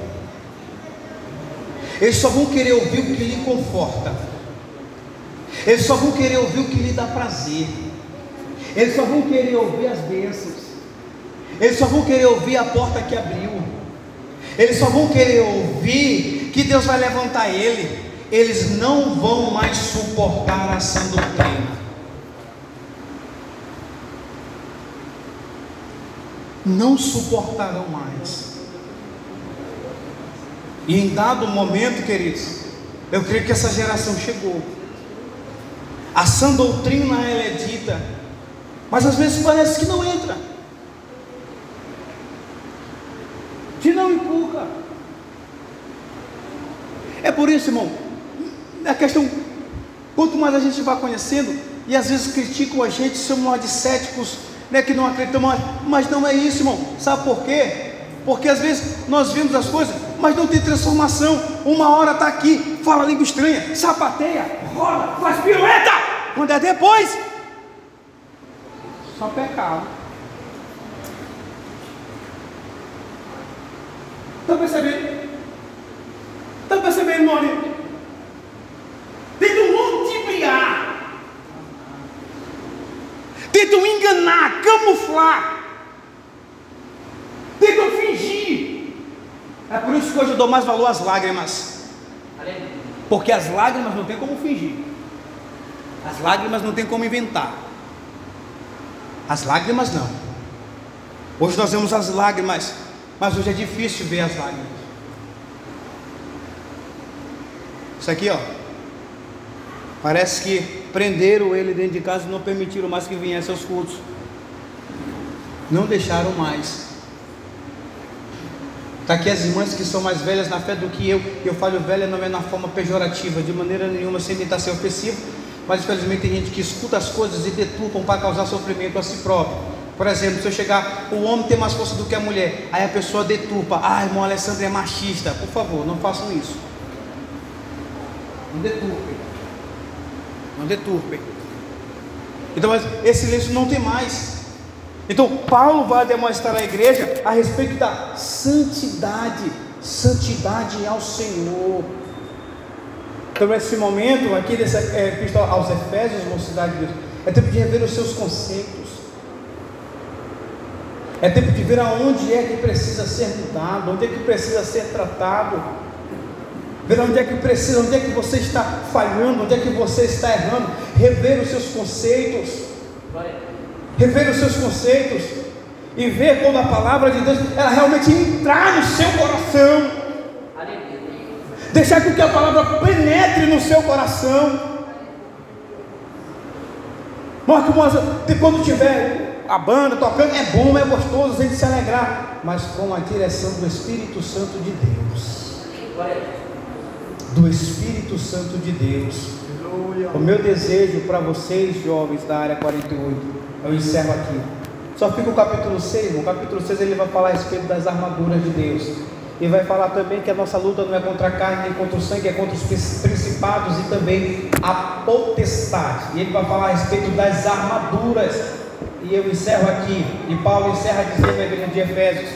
eles só vão querer ouvir o que lhe conforta, eles só vão querer ouvir o que lhe dá prazer, eles só vão querer ouvir as bênçãos, eles só vão querer ouvir a porta que abriu, eles só vão querer ouvir que Deus vai levantar ele. Eles não vão mais suportar a sã doutrina. Não suportarão mais. E em dado momento, queridos, eu creio que essa geração chegou. A sã doutrina, ela é dita, mas às vezes parece que não entra, que não empurra. É por isso, irmão, a questão, quanto mais a gente vai conhecendo, e às vezes criticam a gente, chamam de céticos, né, que não acreditam mais, mas não é isso, irmão. Sabe por quê? Porque às vezes nós vemos as coisas, mas não tem transformação. Uma hora está aqui, fala língua estranha, sapateia, rola, faz pirueta. Quando é depois, só pecado. Estão percebendo? Estão percebendo, irmão? Tentam ludibriar, tentam enganar, camuflar, tentam fingir. É por isso que hoje eu dou mais valor às lágrimas, porque as lágrimas não tem como fingir, as lágrimas não tem como inventar, as lágrimas não. Hoje nós vemos as lágrimas, mas hoje é difícil ver as lágrimas. Isso aqui, ó, parece que prenderam ele dentro de casa e não permitiram mais que viesse aos cultos, não deixaram mais. Está aqui as irmãs que são mais velhas na fé do que eu. Eu falo velha não é na forma pejorativa, de maneira nenhuma, sem tentar ser ofensivo, mas infelizmente tem gente que escuta as coisas e deturpam para causar sofrimento a si próprio. Por exemplo, se eu chegar, o homem tem mais força do que a mulher, aí a pessoa deturpa, ah, irmão Alessandro é machista. Por favor, não façam isso, não deturpem, não deturpem. Então, mas esse silêncio não tem mais. Então Paulo vai demonstrar à igreja a respeito da santidade, santidade ao Senhor. Então esse momento aqui dessa é, epístola aos Efésios, mocidade de Deus, é tempo de rever os seus conceitos, é tempo de ver aonde é que precisa ser mudado, onde é que precisa ser tratado, ver onde é que precisa, onde é que você está falhando, onde é que você está errando, rever os seus conceitos, rever os seus conceitos, e ver quando a palavra de Deus, ela realmente entrar no seu coração, deixar que a palavra penetre no seu coração. Mas quando tiver a banda tocando, é bom, é gostoso a gente se alegrar, mas com a direção do Espírito Santo de Deus, do Espírito Santo de Deus. O meu desejo para vocês, jovens da área quarenta e oito, eu encerro aqui, só fica o capítulo seis. O capítulo seis ele vai falar a respeito das armaduras de Deus, e vai falar também que a nossa luta não é contra a carne nem contra o sangue, é contra os principados e também a potestade, e ele vai falar a respeito das armaduras. E eu encerro aqui, e Paulo encerra dizendo à igreja de Efésios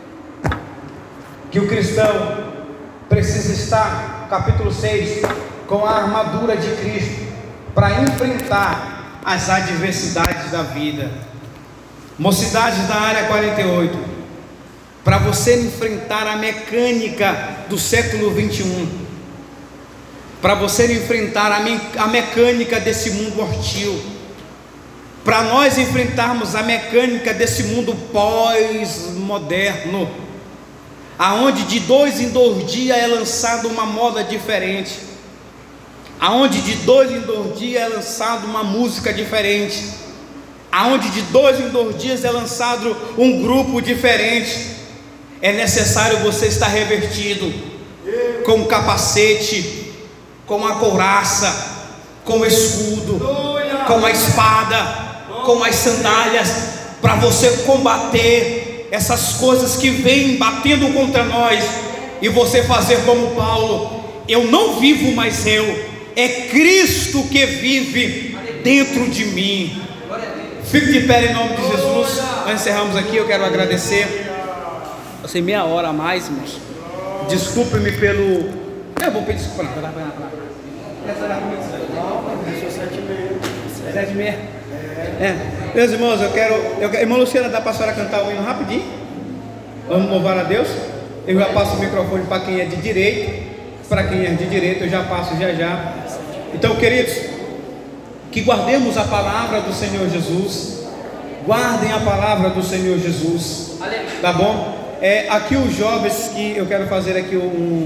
que o cristão precisa estar, capítulo seis, com a armadura de Cristo para enfrentar as adversidades da vida. Mocidade da área quarenta e oito, para você enfrentar a mecânica do século vinte e um, para você enfrentar a, me, a mecânica desse mundo hostil, para nós enfrentarmos a mecânica desse mundo pós-moderno, aonde de dois em dois dias é lançada uma moda diferente, aonde de dois em dois dias é lançada uma música diferente, aonde de dois em dois dias é lançado um grupo diferente. É necessário você estar revertido com o capacete, com a couraça, com o escudo, com a espada, com as sandálias, para você combater essas coisas que vêm batendo contra nós, e você fazer como Paulo: eu não vivo mais eu, é Cristo que vive dentro de mim. Fique de pé em nome de Jesus. Nós encerramos aqui. Eu quero agradecer. Eu sei meia hora a mais, irmãos. Desculpe-me pelo. Eu vou pedir desculpa. Não, vai lá, vai lá. Essa era a minha. Sete e meia. Sete e meia. É, meus irmãos, eu quero, eu quero. Irmã Luciana, dá para a senhora cantar o hino rapidinho? Vamos louvar a Deus. Eu já passo o microfone para quem é de direito. Para quem é de direito, eu já passo já já. Então, queridos, que guardemos a palavra do Senhor Jesus. Guardem a palavra do Senhor Jesus. Tá bom? É, aqui os jovens, que eu quero fazer aqui um,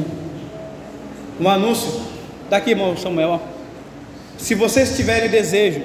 um anúncio. Daqui, irmão Samuel, ó. Se vocês tiverem desejo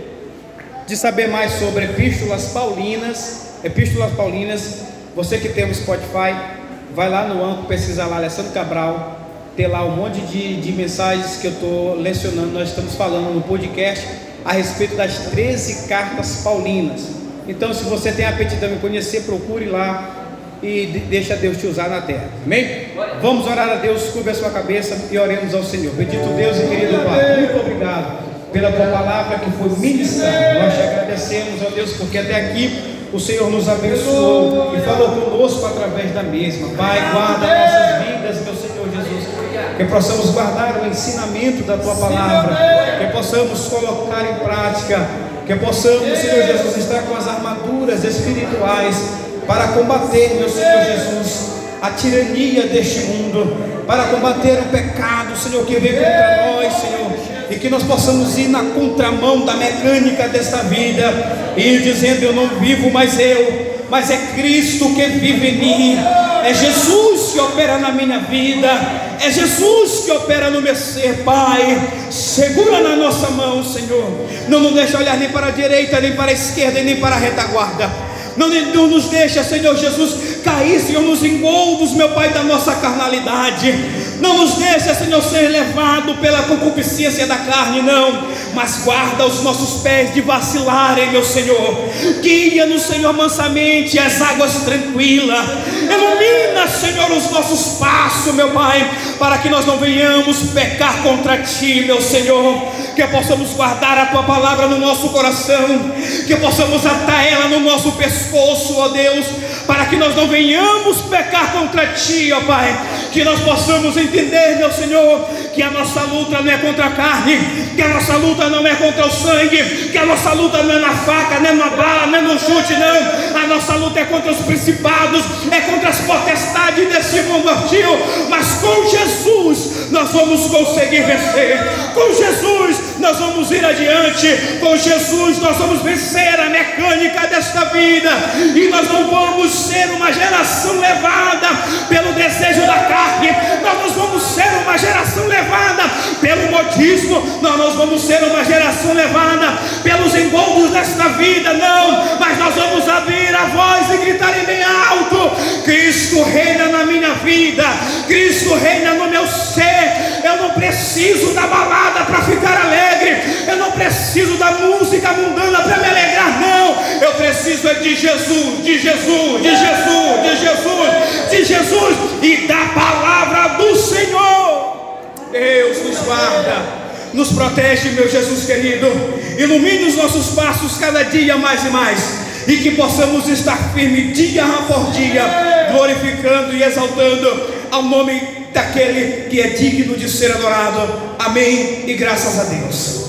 de saber mais sobre epístolas paulinas, epístolas paulinas, você que tem o Spotify, vai lá no Anco, pesquisa lá Alessandro Cabral, tem lá um monte de, de mensagens que eu estou lecionando. Nós estamos falando no podcast a respeito das treze cartas paulinas. Então, se você tem apetite em conhecer, procure lá e de, deixa Deus te usar na terra. Amém? Vamos orar a Deus, curva a sua cabeça e oremos ao Senhor. Bendito Deus e querido Pai, muito obrigado pela tua palavra que foi ministrada. Nós te agradecemos, ó Deus, porque até aqui o Senhor nos abençoou e falou conosco através da mesma. Pai, guarda nossas vidas, meu Senhor Jesus, que possamos guardar o ensinamento da tua palavra, que possamos colocar em prática, que possamos, Senhor Jesus, estar com as armaduras espirituais para combater, meu Senhor Jesus, a tirania deste mundo, para combater o pecado, Senhor, que vem contra nós, Senhor, e que nós possamos ir na contramão da mecânica desta vida, e ir dizendo: eu não vivo mais eu, mas é Cristo que vive em mim, é Jesus que opera na minha vida, é Jesus que opera no meu ser. Pai, segura na nossa mão, Senhor, não nos deixa olhar nem para a direita, nem para a esquerda, nem para a retaguarda. Não, não nos deixa, Senhor Jesus, cair, Senhor, nos engoldos, meu Pai, da nossa carnalidade. Não nos deixa, Senhor, ser levado pela concupiscência da carne, não. Mas guarda os nossos pés de vacilarem, meu Senhor. Guia-nos, Senhor, mansamente as águas tranquilas. Ilumina, Senhor, os nossos passos, meu Pai, para que nós não venhamos pecar contra Ti, meu Senhor. Que possamos guardar a Tua palavra no nosso coração, que possamos atar ela no nosso pescoço, ó Deus, para que nós não venhamos pecar contra Ti, ó Pai. Que nós possamos entender, meu Senhor, que a nossa luta não é contra a carne, que a nossa luta não é contra o sangue, que a nossa luta não é na faca, nem na bala, nem no chute, não. A nossa luta é contra os principados, é contra as potestades desse mundo hostil. Mas com Jesus nós vamos conseguir vencer. Com Jesus nós vamos ir adiante. Com Jesus nós vamos vencer a mecânica desta vida, e nós não vamos ser uma geração levada pelo desejo da carne, nós, nós vamos ser uma geração levada pelo modismo, nós, nós vamos ser uma geração levada pelos engoldos desta vida, não. Mas nós vamos abrir a voz e gritar em bem alto: Cristo reina na minha vida, Cristo reina no meu ser. Eu não preciso da balada para ficar alegre, eu não preciso da música mundana para me alegrar, não. Eu preciso é de Jesus, de Jesus, de Jesus, de Jesus, de Jesus e da palavra do Senhor. Deus nos guarda, nos protege, meu Jesus querido. Ilumine os nossos passos cada dia mais e mais, e que possamos estar firmes dia por dia, glorificando e exaltando ao nome daquele que é digno de ser adorado. Amém e graças a Deus.